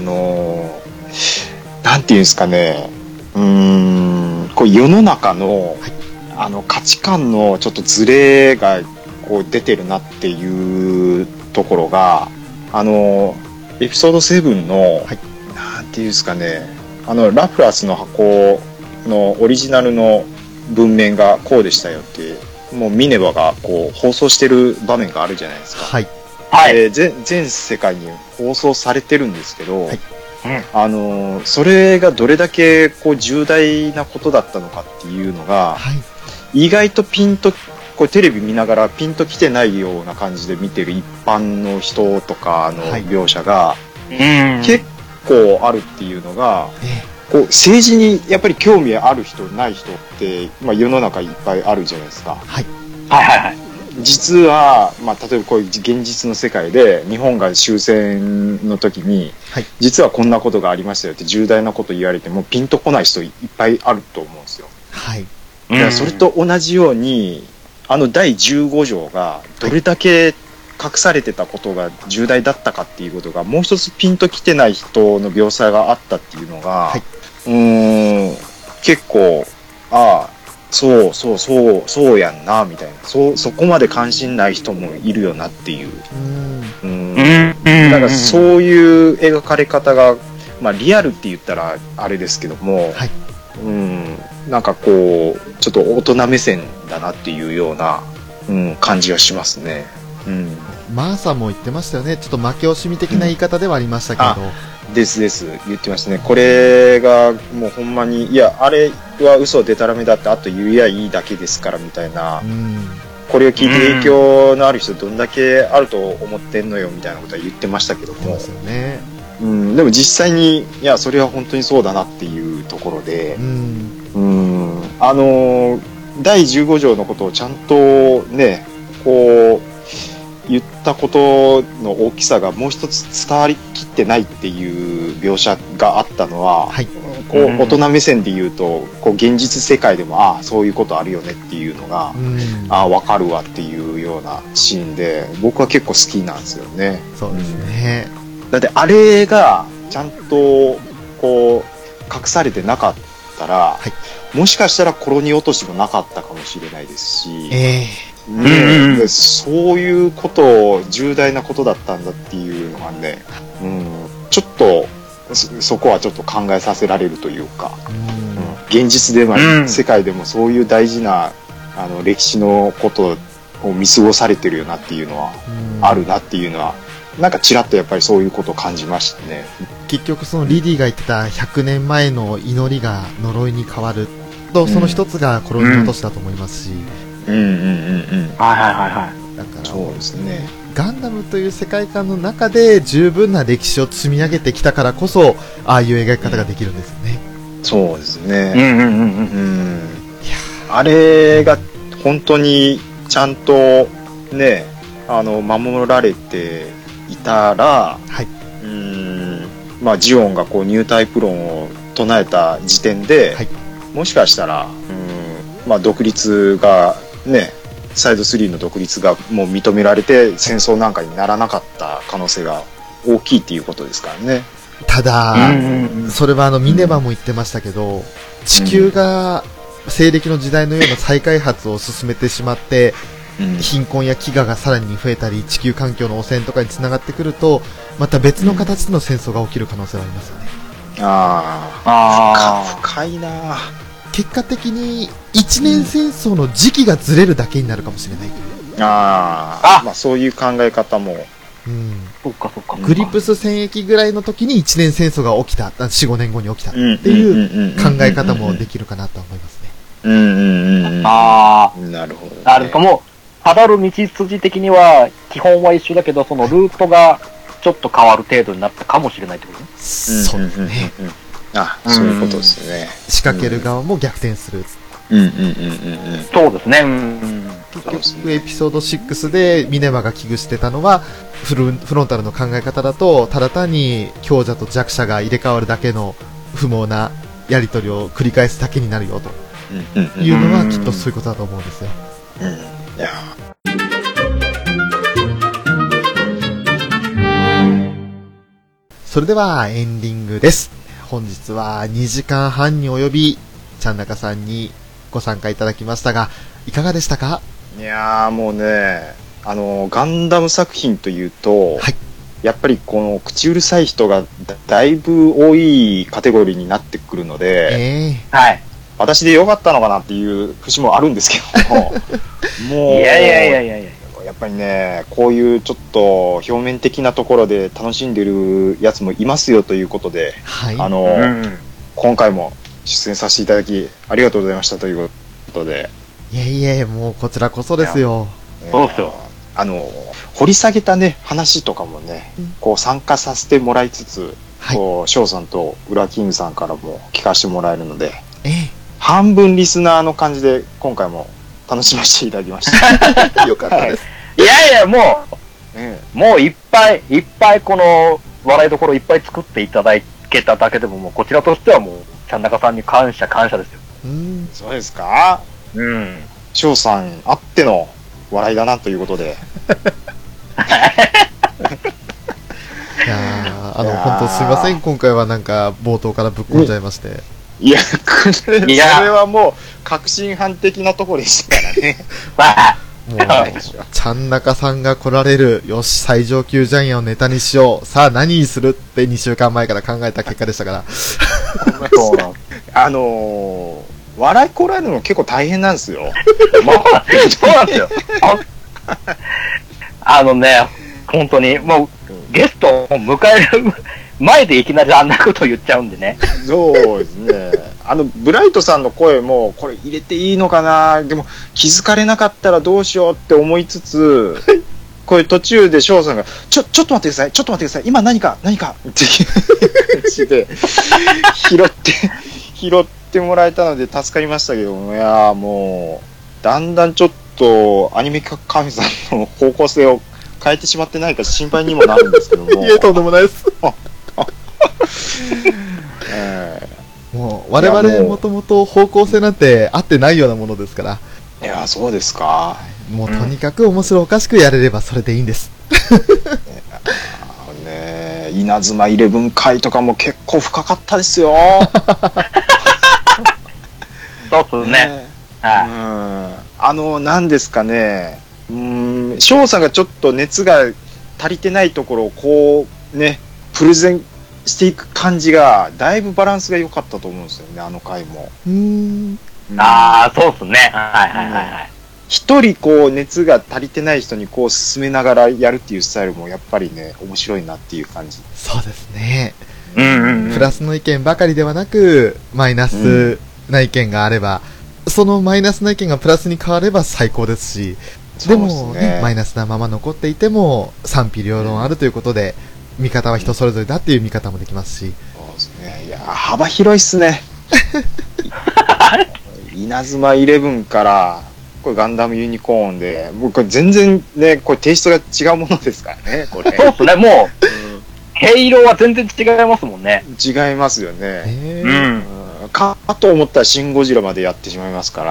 なんていうんですかね。こう世の中の、価値観のちょっとズレがこう出てるなっていうところが、エピソード7の、なんていうんですかね、ラプラスの箱のオリジナルの文面がこうでしたよって、もうミネバがこう放送してる場面があるじゃないですか。全世界に放送されてるんですけど、それがどれだけこう重大なことだったのかっていうのが、意外とピンとこうテレビ見ながらピンときてないような感じで見てる一般の人とかの描写が結構あるっていうのが、こう政治にやっぱり興味ある人ない人って、世の中いっぱいあるじゃないですか。実は、例えばこういう現実の世界で日本が終戦の時に、実はこんなことがありましたよって重大なこと言われてもピンとこない人いっぱいあると思うんですよ。だからそれと同じように第15条がどれだけ隠されてたことが重大だったかっていうことがもう一つピンときてない人の描写があったっていうのが、結構そうやんなみたいな、そこまで関心ない人もいるよなっていう、だからそういう描かれ方が、リアルって言ったらあれですけども、なんかこうちょっと大人目線だなっていうような、感じがしますね。 マーさんも言ってましたよね。ちょっと負け惜しみ的な言い方ではありましたけど。 です言ってましたね。これがもうほんまに、いやあれは嘘でたらめだってあと言えばいいだけですからみたいな、これを聞いて影響のある人どんだけあると思ってんのよみたいなことは言ってましたけども、でも実際にいやそれは本当にそうだなっていうところで、第15条のことをちゃんとねこう言ったことの大きさがもう一つ伝わりきってないっていう描写があったのは、こう大人目線で言うとこう現実世界でもそういうことあるよねっていうのが、分かるわっていうようなシーンで僕は結構好きなんですよね。 そうですね。 だってあれがちゃんとこう隠されてなかったら、もしかしたらコロニー落としもなかったかもしれないですし、そういうことを重大なことだったんだっていうのがね、ちょっとそこはちょっと考えさせられるというか、現実でも、世界でもそういう大事な歴史のことを見過ごされてるよなっていうのはあるなっていうのはなんかちらっとやっぱりそういうことを感じましたね。 結局そのリディが言ってた100年前の祈りが呪いに変わると、その一つがコロニー落としだと思いますし、だからそうですね。 ガンダムという世界観の中で十分な歴史を積み上げてきたからこそ、ああいう描き方ができるんですよね。 そうですね。あれが本当にちゃんとね、守られていたら、はい、まあ、ジオンがこうニュータイプ論を唱えた時点で、はい、もしかしたら、まあ、独立がね、サイド3の独立がもう認められて戦争なんかにならなかった可能性が大きいっていうことですからね。 ただ、それはミネバも言ってましたけど、地球が西暦の時代のような再開発を進めてしまって、貧困や飢餓がさらに増えたり、地球環境の汚染とかにつながってくると、また別の形での戦争が起きる可能性はありますよね。 深いな。 結果的に一年戦争の時期がずれるだけになるかもしれない。 まあそういう考え方も。 そうか。 グリプス戦役ぐらいの時に一年戦争が起きた、4、5年後に起きたっていう考え方もできるかなと思いますね。 なるほど、ね。 なるともたどる道筋的には基本は一緒だけど、そのルートがちょっと変わる程度になったかもしれないってことね。 そうですね。 そういうことですね。 仕掛ける側も逆転する。 そうですね。 結局エピソード6でミネバが危惧してたのは、フロンタルの考え方だと、ただ単に強者と弱者が入れ替わるだけの不毛なやり取りを繰り返すだけになるよというのはきっとそういうことだと思うんですよ。それではエンディングです。本日は2時間半に及びちゃんなかさんにご参加いただきましたが、いかがでしたか？ いやーもうね、ガンダム作品というと、はい、やっぱりこの口うるさい人がだいぶ多いカテゴリーになってくるので、はい、私でよかったのかなっていう節もあるんですけども、もういややっぱりね、こういうちょっと表面的なところで楽しんでるやつもいますよということで、はい、今回も出演させていただきありがとうございましたということで。 いえもうこちらこそですよ。 そうですよ。 掘り下げたね話とかもね、こう参加させてもらいつつ、こう翔さんとウラキングさんからも聞かせてもらえるので、半分リスナーの感じで今回も楽しませていただきました。よかったです。 いやもういっぱいこの笑いどころいっぱい作っていただけただけでも、もうこちらとしてはもうちゃんなかさんに感謝ですよ。 そうですか。翔さんあっての笑いだなということで。 いや本当すいません、今回はなんか冒頭からぶっ込んじゃいまして。 いやそれはもう確信犯的なところでしたからね。 もうちゃんなかさんが来られる、よし最上級ジャイアンをネタにしよう、さあ何にするって2週間前から考えた結果でしたから。 笑いこらえるの結構大変なんですよ。 そうなんですよ。本当にもうゲストを迎える前でいきなりあんなこと言っちゃうんでね。 そうですね。ブライトさんの声もこれ入れていいのかな、でも気づかれなかったらどうしようって思いつつ、これ途中で翔さんがちょっと待ってください今何かっていう感じで拾ってもらえたので助かりましたけども、いやもうだんだんちょっとアニメ神さんの方向性を変えてしまってないか心配にもなるんですけども。 いえとんでもないです。もう我々もともと方向性なんて合ってないようなものですから。 いやそうですか。 もうとにかく面白おかしくやれればそれでいいんです。 稲妻イレブン回とかも結構深かったですよ。 そうですね。 なんですかね。翔さんがちょっと熱が足りてないところをこうねプレゼンしていく感じがだいぶバランスが良かったと思うんですよね、あの回も。 そうですね。 一人こう熱が足りてない人にこう進めながらやるっていうスタイルもやっぱりね面白いなっていう感じ。 そうですね。プラスの意見ばかりではなくマイナスな意見があれば、そのマイナスな意見がプラスに変われば最高ですし、 でもね、マイナスなまま残っていても賛否両論あるということで、見方は人それぞれだっていう見方もできますし。 そうですね。いや、幅広いっすね。稲妻11から、これガンダムユニコーンで、もうこれ全然ね、これテイストが違うものですからね、これ。 そうですね、もう、毛色は全然違いますもんね。 違いますよね。かと思ったらシン・ゴジラまでやってしまいますから。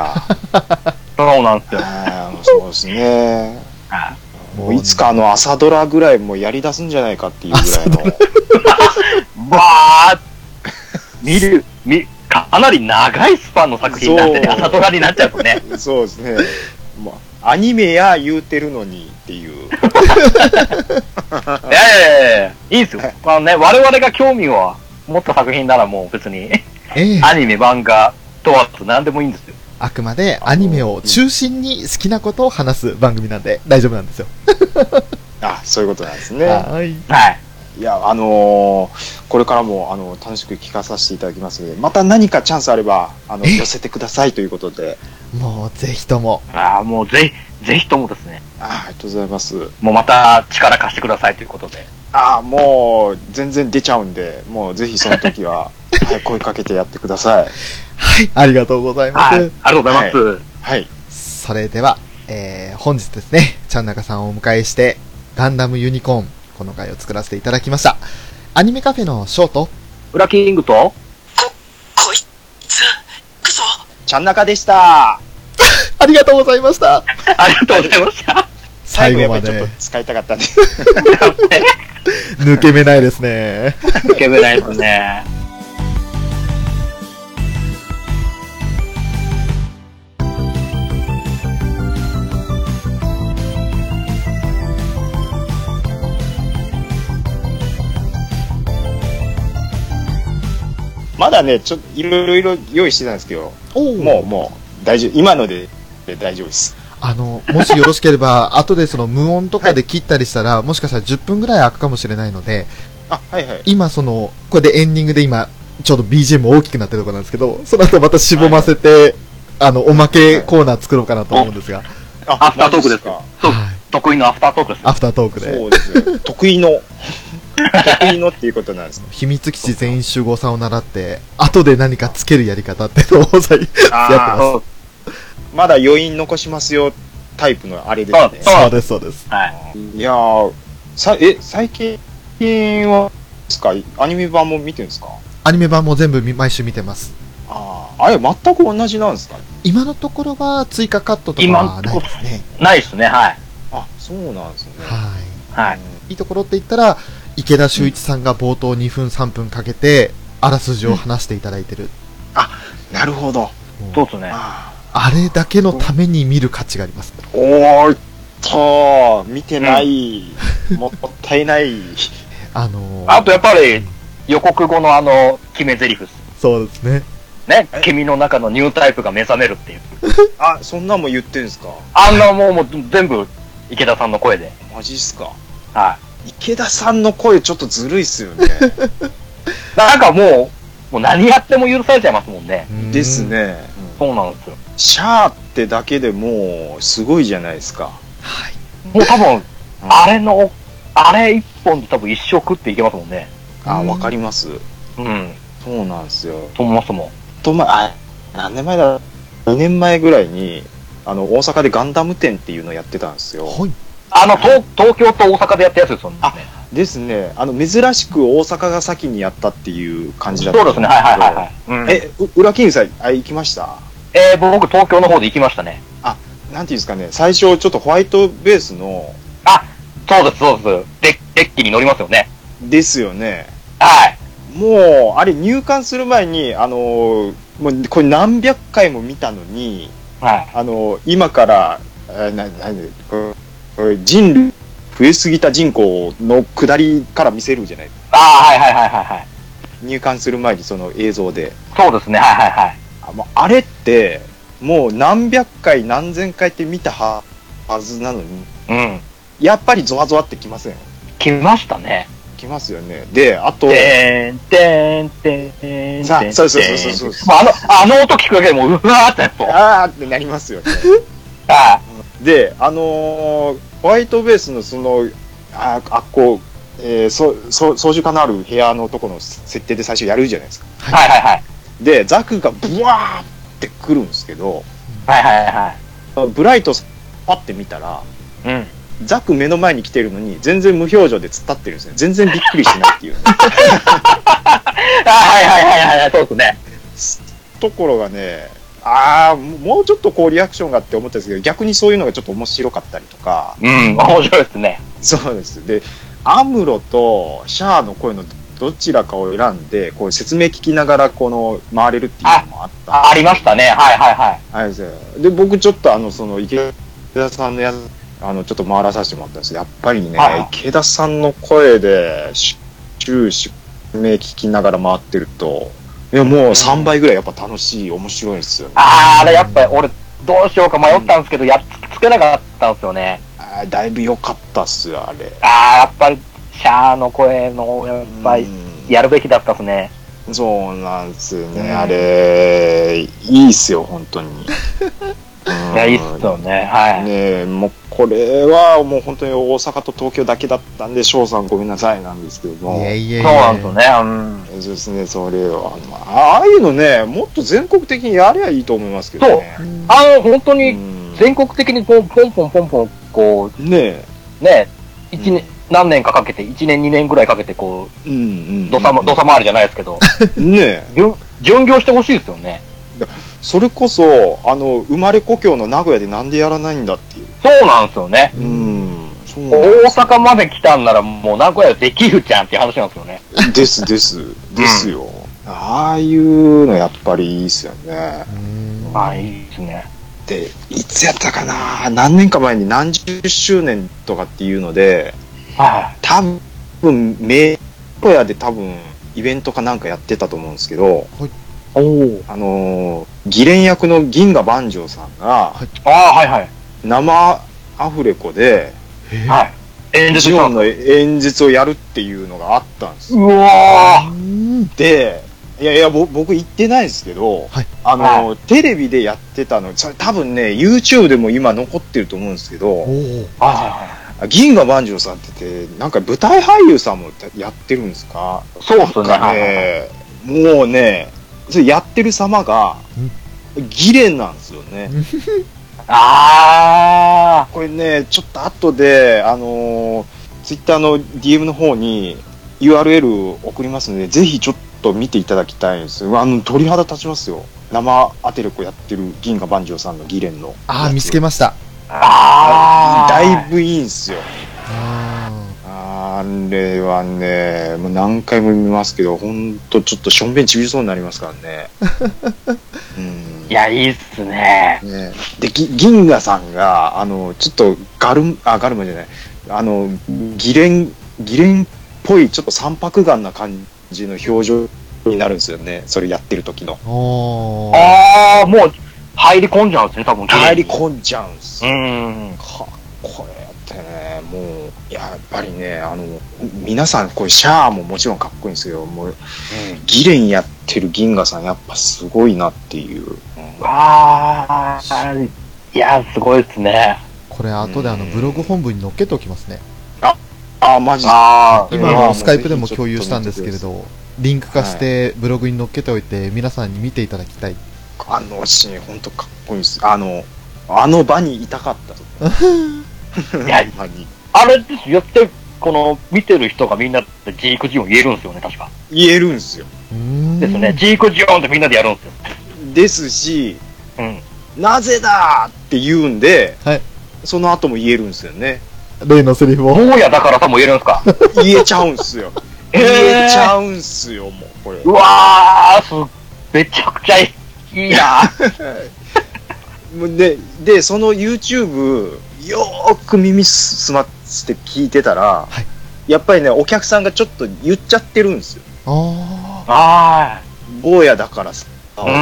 そうなんですよ。 そうですね。もういつか朝ドラぐらいもやり出すんじゃないかっていうぐらいの。 かなり長いスパンの作品になってね、朝ドラになっちゃうとね。 そうですね。アニメや言うてるのにっていう。いいいんですよ。我々が興味を持った作品ならもう別に、アニメ、漫画問わず何でもいいんですよ。 あくまでアニメを中心に好きなことを話す番組なんで大丈夫なんですよ。 そういうことなんですね。 はい。 いや、これからも楽しく聞かさせていただきますので、また何かチャンスあれば寄せてくださいということで。 もうぜひとも。 もうぜひともですね。 ありがとうございます。 もうまた力貸してくださいということで。 もう全然出ちゃうんで、もうぜひその時は声かけてやってください。 はい、ありがとうございます。 ありがとうございます。 はい。 それでは、本日ですね、ちゃんなかさんをお迎えして、ガンダムユニコーン、この回を作らせていただきました。アニメカフェのショート、 ウラキングと、 こいつ、くそ。 ちゃんなかでした。 ありがとうございました。 ありがとうございました。 最後まで。 ちょっと使いたかったんで。 抜け目ないですね。 抜け目ないですね。 まだね、ちょっといろいろ用意してたんですけど、もう大丈夫、今ので大丈夫です。 もしよろしければ、後でその無音とかで切ったりしたら、もしかしたら10分ぐらい空くかもしれないので、今これでエンディングで今、ちょうど BGM 大きくなってるところなんですけど、その後またしぼませて、おまけコーナー作ろうかなと思うんですが。 アフタートークですか？得意のアフタートークです。 アフタートークで。 そうですね。得意のっていうことなんですね。 秘密基地全員集合さんを習って、後で何かつけるやり方っていうのをやってます。 まだ余韻残しますよタイプのあれですね。 そうです、そうです。 いや最近はですか、アニメ版も見てるんですか？ アニメ版も全部毎週見てます。 あれ全く同じなんですか？ 今のところは追加カットとかはないですね。 ないですね、はい。 そうなんですね。 はい。いいところって言ったら、池田秀一さんが冒頭2分3分かけてあらすじを話していただいてる。 なるほど。 そうですね。 あれだけのために見る価値があります。 見てない。もったいない。 あとやっぱり予告後の決め台詞です。 そうですね。 君の中のニュータイプが目覚めるっていう。 そんなんも言ってんすか？ もう全部池田さんの声で。 マジっすか？ はい。 池田さんの声ちょっとずるいっすよね。 なんかもう何やっても許されちゃいますもんね。 ですね。 そうなんですよ。 シャーってだけでもうすごいじゃないですか。 はい。 もう多分、あれ一本で多分一生食っていけますもんね。 わかります。そうなんですよ。 と思いますもん。 何年前だ？ 2 年前ぐらいに、大阪でガンダム展っていうのをやってたんですよ。 はい。 東京と大阪でやったやつですよね。 ですね。珍しく大阪が先にやったっていう感じだった。 そうですね。はい。 ウラキングさん、行きました？ 僕東京の方で行きましたね。 なんていうんですかね、最初ちょっとホワイトベースの。 そうです。デッキに乗りますよね。 ですよね。 はい。 もう、あれ入館する前に、もうこれ何百回も見たのに、今から、増えすぎた人口の下りから見せるじゃないですか。 はい。 入館する前にその映像で。 そうですね、はい。 あれって、もう何百回何千回って見たはずなのに、やっぱりゾワゾワってきません？ きましたね。 きますよね。で、あと、そう。あの音聞くだけでもうわーってってなりますよね。 で、ホワイトベースのその、操縦桿のある部屋のところの設定で最初やるじゃないですか。 はいはいはい。 で、ザクがブワーって来るんですけど、 はいはいはい。 ブライトパッて見たら、 うん。 ザク目の前に来てるのに全然無表情で突っ立ってるんですね。全然びっくりしないっていう、ね。 はいはいはいはい、そうですね。 ところがね、もうちょっとこうリアクションがって思ったんですけど、逆にそういうのがちょっと面白かったりとか。 うん、面白いですね。 そうです。で、アムロとシャアの声のどちらかを選んで、こう説明聞きながらこの回れるっていうのもあった。 ありましたね。はいはいはい。 あれですよ。で、僕ちょっとその池田さんのやつ、ちょっと回らさせてもらったんですけど、やっぱりね、池田さんの声で終始説明聞きながら回ってると、いやもう3倍ぐらいやっぱ楽しい、面白いですよね。 あれやっぱり俺どうしようか迷ったんですけど、やっつけなかったんですよね。 だいぶ良かったっすよ、あれ。 やっぱりシャアの声のやっぱりやるべきだったっすね。 そうなんですよね、あれいいっすよ本当に。 いやいいっすよね。はい。 ね、もうこれはもう本当に大阪と東京だけだったんで、翔さんごめんなさいなんですけども。 そうなんですよね。 そうですね、それはああいうのね、もっと全国的にやりゃいいと思いますけどね。 そう。本当に全国的にこうポンポンポンポンこうね一年何年かかけて1年2年ぐらいかけてこう土佐回りじゃないですけどね巡業してほしいですよね。 それこそ生まれ故郷の名古屋でなんでやらないんだっていう。 そうなんですよね。大阪まで来たんならもう名古屋できるじゃんっていう話なんですよね。 ですよ。ああいうのやっぱりいいっすよね。 いいですね。 で、いつやったかな、何年か前に何十周年とかっていうので、多分名古屋で多分イベントかなんかやってたと思うんですけど、議連役の銀河万丈さんが、生アフレコで、ジオンの演説をやるっていうのがあったんですよ。で、いや僕行ってないですけど、テレビでやってたの、それ多分ね YouTube でも今残ってると思うんですけど、銀河万丈さんってなんか舞台俳優さんもやってるんですか？ そうっすね。 もうね、それやってる様がギレンなんですよね。これね、ちょっと後でTwitter の DM の方に URL 送りますので、ぜひちょっと見ていただきたいんですよ。鳥肌立ちますよ。生アテレコやってる銀河万丈さんのギレンの。 見つけました。 だいぶいいんすよ。あれはね、もう何回も見ますけど、ほんとちょっとしょんべんちびりそうになりますからね。 いや、いいっすね。 で、銀河さんが、ちょっとガルマじゃない、ギレンっぽい、ちょっと三白眼な感じの表情になるんですよね。それやってる時の。もう、 入り込んじゃうんですね、多分。 入り込んじゃうんすよ。これやってね、もう、やっぱりね、皆さん、これ、シャアももちろんかっこいいんですけど、もう、ギレンやってる銀河さん、やっぱすごいなっていう。 いや、すごいですね。 これ、後でブログ本部に載っけておきますね。 マジ今スカイプでも共有したんですけれど、リンク化してブログに載っけておいて、皆さんに見ていただきたい。 あのシーン、ほんとかっこいいです。あの場にいたかったと。 いや、あれですよって、この、見てる人がみんなでジークジオン言えるんですよね、確か。 言えるんですよ。 ですね、ジークジオンってみんなでやるんですよ。 ですし、なぜだって言うんで、その後も言えるんですよね。 例のセリフを。 坊やだからさも言えるんですか？ 言えちゃうんすよ。言えちゃうんすよ、もう、これ。 うわー、めちゃくちゃいいなで、その YouTube、よーく耳すまって聞いてたら、やっぱりね、お客さんがちょっと言っちゃってるんですよ。坊やだからさ。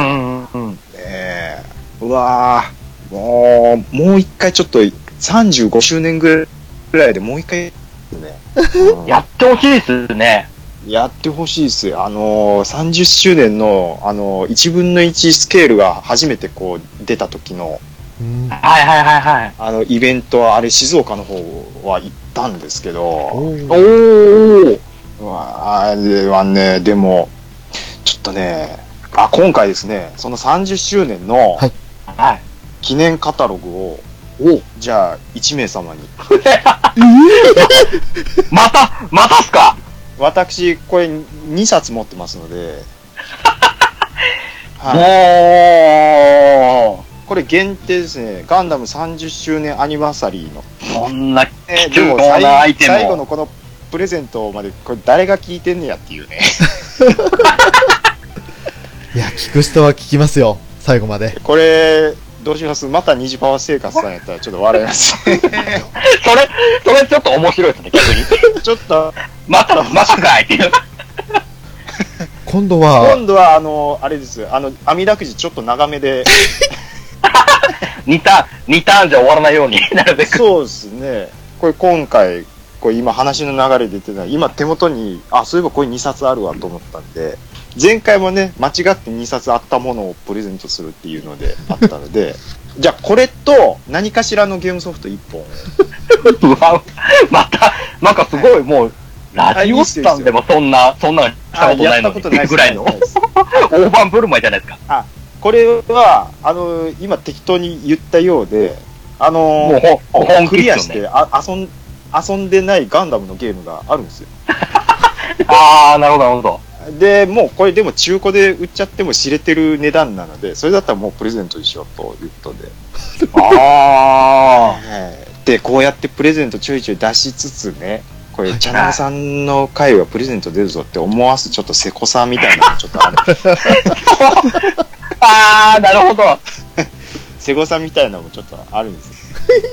うわー、もう一回ちょっと、35周年ぐらいでもう一回、 やってほしいですね。 やってほしいです。30周年の、1分の1スケールが初めてこう出た時のはいはいはいはい。 イベント、あれ静岡の方は行ったんですけど、あれはね、でも、ちょっとね、今回ですね、その30周年の記念カタログを、じゃあ1名様に。 またっすか？ 私、これ2冊持ってますので、これ限定ですね、ガンダム30周年アニバーサリーの。 こんな貴重なアイテム。 最後のこのプレゼントまで、これ誰が聞いてんねやっていうね。 いや、聞く人は聞きますよ、最後まで。 これ、どうします？また虹パワー生活さんやったらちょっと笑います。それちょっと面白いですね、逆に。 ちょっと、 またかいっていう。 今度は、 あれです。網だくじちょっと長めで。 2ターンじゃ終わらないようになるべく。 そうですね。これ今回、これ今話の流れ出てない。今手元に、そういえばこれ2冊あるわと思ったんで、前回もね、間違って2冊あったものをプレゼントするっていうのであったので、じゃあこれと何かしらのゲームソフト1本。 うわ、また、なんかすごいもう、ラジオスタンでもそんなしたことないのにぐらいの大盤振る舞いじゃないですか。 これは、今適当に言ったようで、 もうクリアして遊んでないガンダムのゲームがあるんですよ。 なるほど、なるほど。 で、もうこれでも中古で売っちゃっても知れてる値段なので、それだったらもうプレゼントにしようということで。で、こうやってプレゼントちょいちょい出しつつね、これ、チャンネルさんの回はプレゼント出るぞって思わすちょっとせこさみたいなのちょっとある。 なるほど。 せこさみたいなのもちょっとあるんですよ。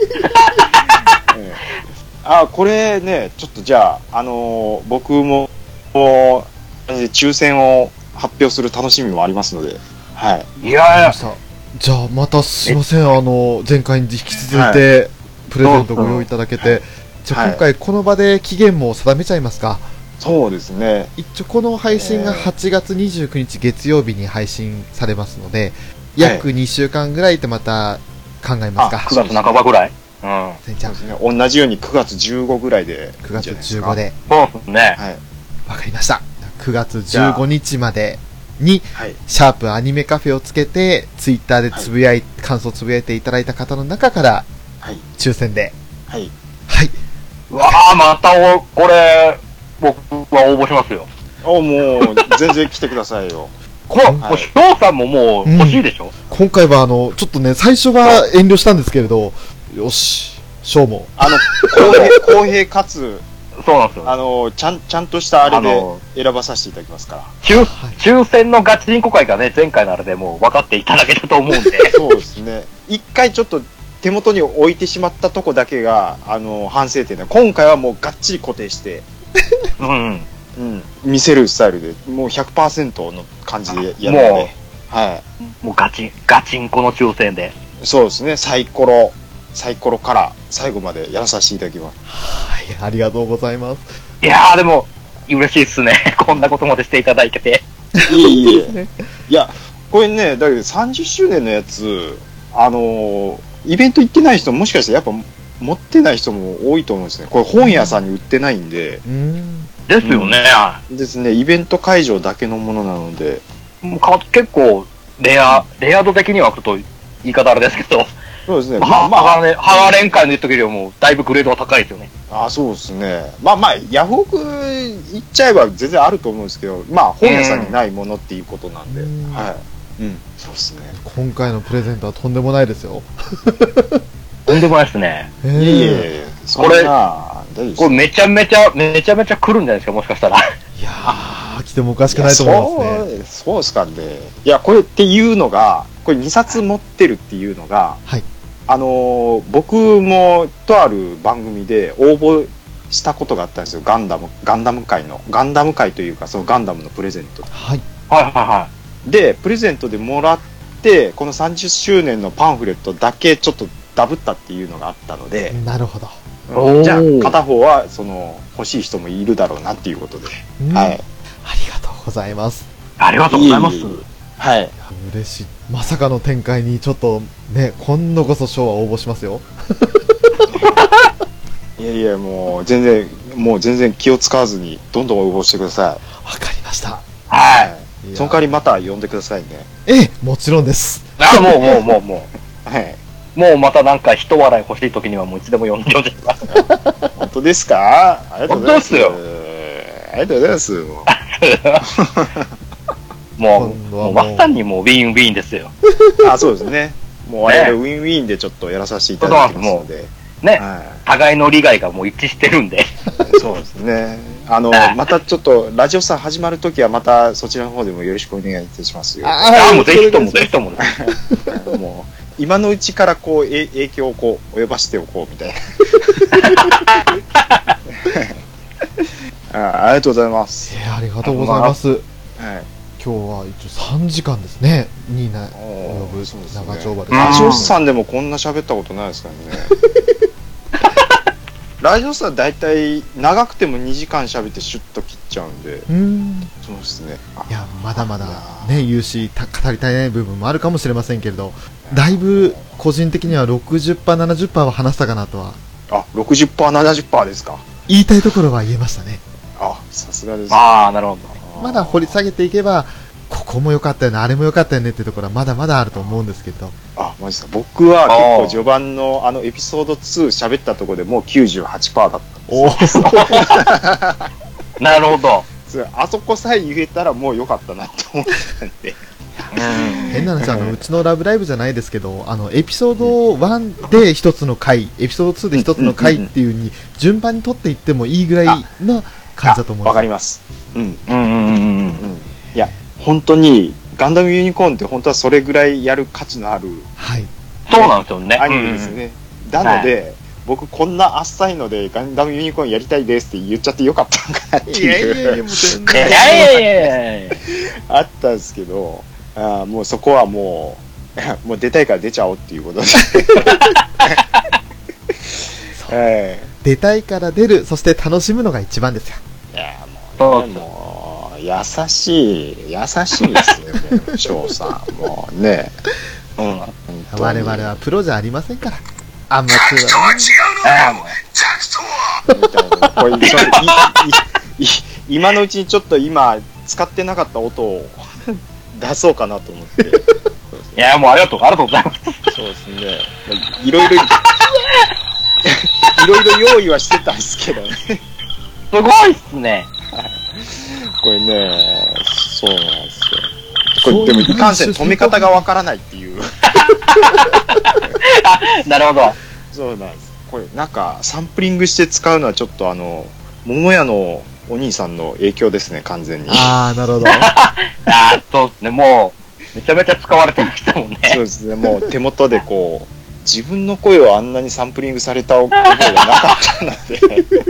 これね、ちょっとじゃあ、僕も、抽選を発表する楽しみもありますので、はい。 いやじゃあまたすいません、前回に引き続いてプレゼントご用意いただけて、じゃあ今回この場で期限も定めちゃいますか？ そうですね。 一応この配信が8月29日月曜日に配信されますので、約2週間ぐらいでまた考えますか。 9月半ばぐらい。 じゃあ同じように9月15ぐらいで。 9月15で。 そうですね。 わかりました。9月15日までに、シャープアニメカフェをつけて、ツイッターで感想つぶやいていただいた方の中から、抽選で。 うわまたこれ、僕は応募しますよ。 もう、全然来てくださいよ。 翔さんももう欲しいでしょ？ 今回はちょっとね、最初は遠慮したんですけれど、よし、翔も。 公平かつ、 そうなんですよ。 ちゃんとしたあれで選ばさせていただきますから。 抽選のガチンコ会がね、前回のあれでもう分かっていただけたと思うんで。 そうですね。一回ちょっと手元に置いてしまったとこだけが、反省点で、今回はもうがっちり固定して、見せるスタイルで、もう 100% の感じでやるので。 もうガチンコの抽選で。 そうですね。サイコロから最後までやらさせていただきます。 ありがとうございます。 いやーでも、嬉しいっすね。こんなことまでしていただいてて。 いや、これね、だけど30周年のやつ、イベント行ってない人もしかしてやっぱ持ってない人も多いと思うんですね。これ本屋さんに売ってないんで。 ですよね。 ですね。イベント会場だけのものなので。 もう結構、レア度的にはちょっと言い方あれですけど。 そうですね。 ハガレン会の言っとけるよりもだいぶグレードは高いですよね。 そうですね。ヤフオク行っちゃえば全然あると思うんですけど、本屋さんにないものっていうことなんで。そうですね。 今回のプレゼントはとんでもないですよ。 とんでもないですね。 これめちゃめちゃ来るんじゃないですか、もしかしたら。 いやー、来てもおかしくないと思いますね。 そうですかね。いや、これっていうのが、これ2冊持ってるっていうのが、僕もとある番組で応募したことがあったんですよ。ガンダム会というか、そのガンダムのプレゼント。で、プレゼントでもらって、この30周年のパンフレットだけちょっとダブったっていうのがあったので。 なるほど。 じゃあ、片方は、欲しい人もいるだろうなっていうことで。 ありがとうございます。 ありがとうございます。 はい。 嬉しい。まさかの展開にちょっとね、今度こそ賞は応募しますよ。 いやいや、もう全然気を使わずにどんどん応募してください。 わかりました。 はい。その代わりまた呼んでくださいね。もちろんです。 もう。はい。もうまたなんか一笑い欲しい時にはもういつでも呼んでください。 本当ですか？ありがとうございます。 本当ですよ。ありがとうございます。 もうまさにもうウィンウィンですよ。 そうですね。もう我々ウィンウィンでちょっとやらさせていただきますので。 ね、互いの利害がもう一致してるんで。 そうですね。またちょっと、ラジオさん始まるときはままたそちらの方でもよろしくお願いいたしますよ。 もうぜひとも、ぜひとも。 もう、今のうちからこう、影響をこう、及ばしておこうみたいな。ありがとうございます。 ありがとうございます。はい。今日は一応3時間ですね。に及ぶ長丁場です。 ラジオさんでもこんな喋ったことないですからね。ラジオさん大体長くても2時間喋ってシュッと切っちゃうんで。そうですね。 いや、まだまだね、言うし、語り足りない部分もあるかもしれませんけれど、だいぶ個人的には 60%、70% は話したかなとは。 60%、70% ですか。 言いたいところは言えましたね。 さすがです。 なるほど。 まだ掘り下げていけば、ここも良かったよね、あれも良かったよねっていうところはまだまだあると思うんですけど。 マジですか。僕は結構序盤のエピソード2喋ったところでもう 98% だったんです。 なるほど。 あそこさえ言えたらもう良かったなって思ったんで。 変な話、うちのラブライブじゃないですけど、エピソード1で一つの回、エピソード2で一つの回っていうに順番に取っていってもいいぐらいの感じだと思うんです。 わかります。いや、本当にガンダムユニコーンって本当はそれぐらいやる価値のある、 そうなんですよね。 アニメですね。なので、僕こんな浅いのでガンダムユニコーンやりたいですって言っちゃってよかったのかなっていうあったんですけど、もうそこはもう出たいから出ちゃおうっていうことで出たいから出る、そして楽しむのが一番ですよ。 いやもう優しいですね、翔さん。もうね、 我々はプロじゃありませんから。アマチュアの今のうちにちょっと今使ってなかった音を出そうかなと思って。 いや、もうありがとうございます。 そうですね。いろいろ用意はしてたんですけどね。すごいっすね。 これね、そうなんですよ。これでもいかんせん止め方がわからないっていう。 なるほど。 そうなんです。これなんかサンプリングして使うのはちょっと桃屋のお兄さんの影響ですね、完全に。 なるほど。 そうですね。もうめちゃめちゃ使われてましたもんね。 そうですね。もう手元でこう自分の声をあんなにサンプリングされた覚えがなかったので。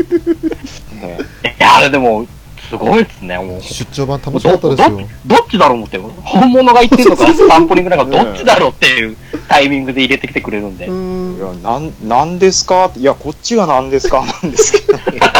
いや、あれでもすごいですね。もう出張版楽しかったですよ。 どっちだろう思って、本物が言ってるのかサンプリングなんかどっちだろうっていうタイミングで入れてきてくれるんで。いや、 なんですかって、いや、こっちがなんですかなんですけど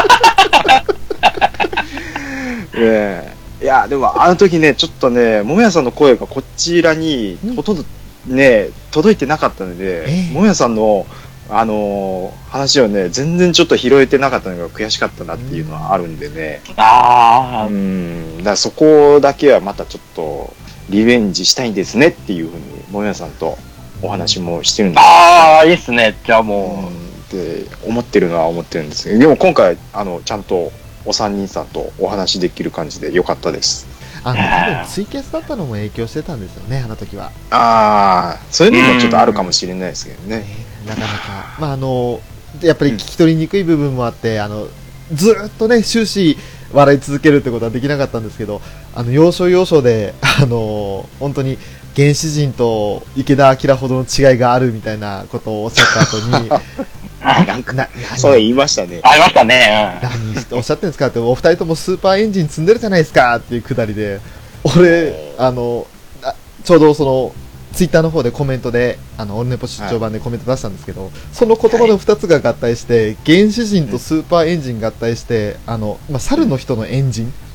ね。いや、でもあの時ね、ちょっとね、桃屋さんの声がこちらにほとんどね、届いてなかったので、桃屋さんの話をね、全然ちょっと拾えてなかったのが悔しかったなっていうのはあるんでね。だからそこだけはまたちょっとリベンジしたいんですねっていうふうに桃屋さんとお話もしてるんです。 いいっすね。じゃあもうって思ってるのは思ってるんですけど、でも今回ちゃんとお三人さんとお話できる感じでよかったです。 多分ツイキャスだったのも影響してたんですよね、あの時は。 そういうのもちょっとあるかもしれないですけどね。 なかなか、やっぱり聞き取りにくい部分もあって、ずっとね、終始笑い続けるってことはできなかったんですけど、要所要所で、本当に原始人と池田明ほどの違いがあるみたいなことをおっしゃった後に、 そう言いましたね。 ありましたね。 何おっしゃってるんですかって、お二人ともスーパーエンジン積んでるじゃないですかっていうくだりで、俺、ちょうどその、ツイッターの方でコメントで、オルネポ出張版でコメント出したんですけど、その言葉の2つが合体して、原始人とスーパーエンジン合体して、猿の人のエンジン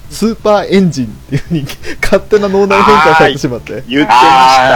スーパーエンジンっていう風に勝手な脳内変換されてしまって。 言ってました。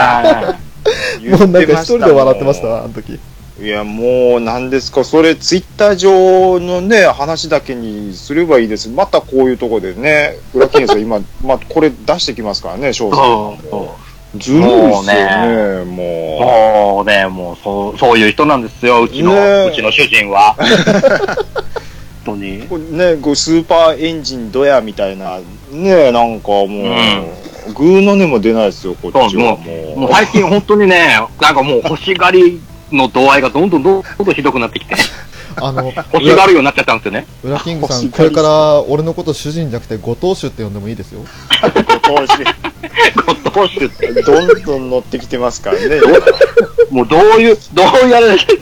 もうなんか一人で笑ってましたわ、あの時。 いや、もう、なんですか、それ、ツイッター上のね、話だけにすればいいです。またこういうところでね、ウラキングさん今、これ出してきますからね、翔さん。ずるいですよね、 もう、そういう人なんですよ、うちの主人は。本当に。 ね、スーパーエンジンドヤみたいな、ね、なんかもう、グーの音も出ないですよ、こっちはもう最近本当にね、なんかもう欲しがりの度合いがどんどんひどくなってきて。欲しがるようになっちゃったんですよね。 ウラキングさん、これから俺のこと主人じゃなくて後藤主って呼んでもいいですよ。 後藤主ってどんどん乗ってきてますからね。 もうどういうあれだっけ。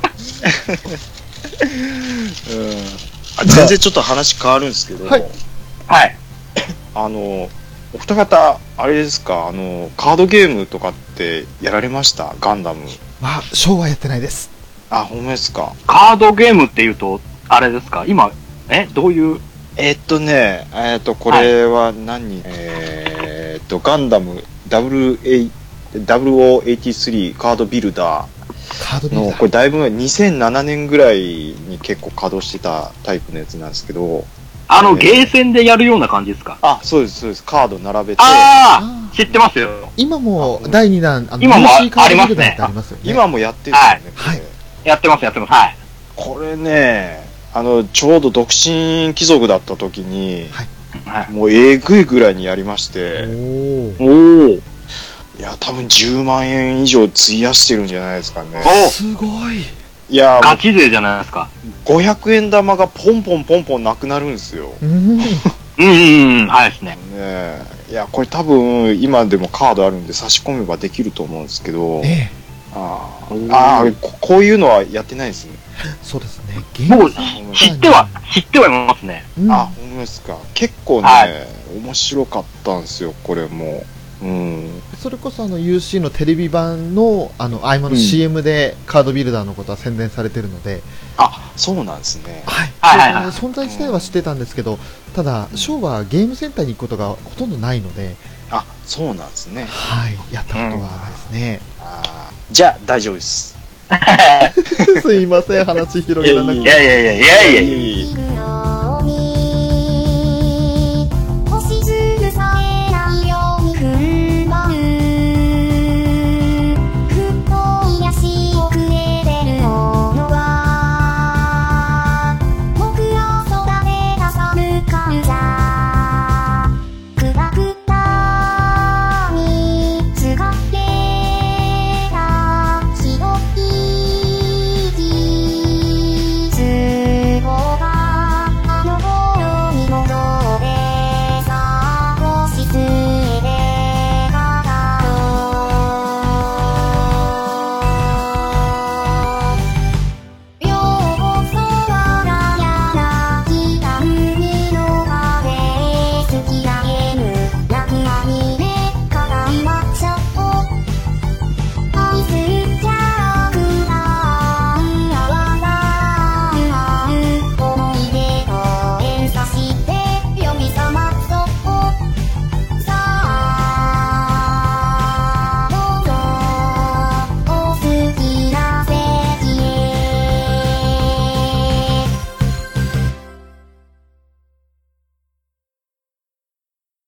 全然ちょっと話変わるんですけど、はい。お二方、あれですか、カードゲームとかってやられました？ガンダム。 ショーはやってないです。 あ、ほんまですか。 カードゲームっていうと、あれですか今、どういう。 これは何、ガンダム 0083 カードビルダーの、これだいぶ2007年ぐらいに結構稼働してたタイプのやつなんですけど、 ゲーセンでやるような感じですか？ あ、そうです、そうです。カード並べて。 知ってますよ。 今も第2弾、 今もありますね。 今もやってるんですよね。 はい。やってます。はい。 これね、ちょうど独身貴族だった時に、もうえぐいぐらいにやりまして、いや、多分10万円以上費やしてるんじゃないですかね。 すごい。 いや、 ガチ勢じゃないですか。 500円玉がポンポンなくなるんですよ。 はいですね。 いや、これ多分今でもカードあるんで差し込めばできると思うんですけど、こういうのはやってないですね。 そうですね。 もう知ってはいますね。 あ、ほんまですか。結構ね、面白かったんですよ、これも。 それこそUC のテレビ版の合間の CM でカードビルダーのことは宣伝されてるので、 そうなんですね。 存在自体は知ってたんですけど、ただショーはゲームセンターに行くことがほとんどないので、 そうなんですね。 やったことはないですね。 じゃあ大丈夫です。 すいません、話広げられなくて。 いや。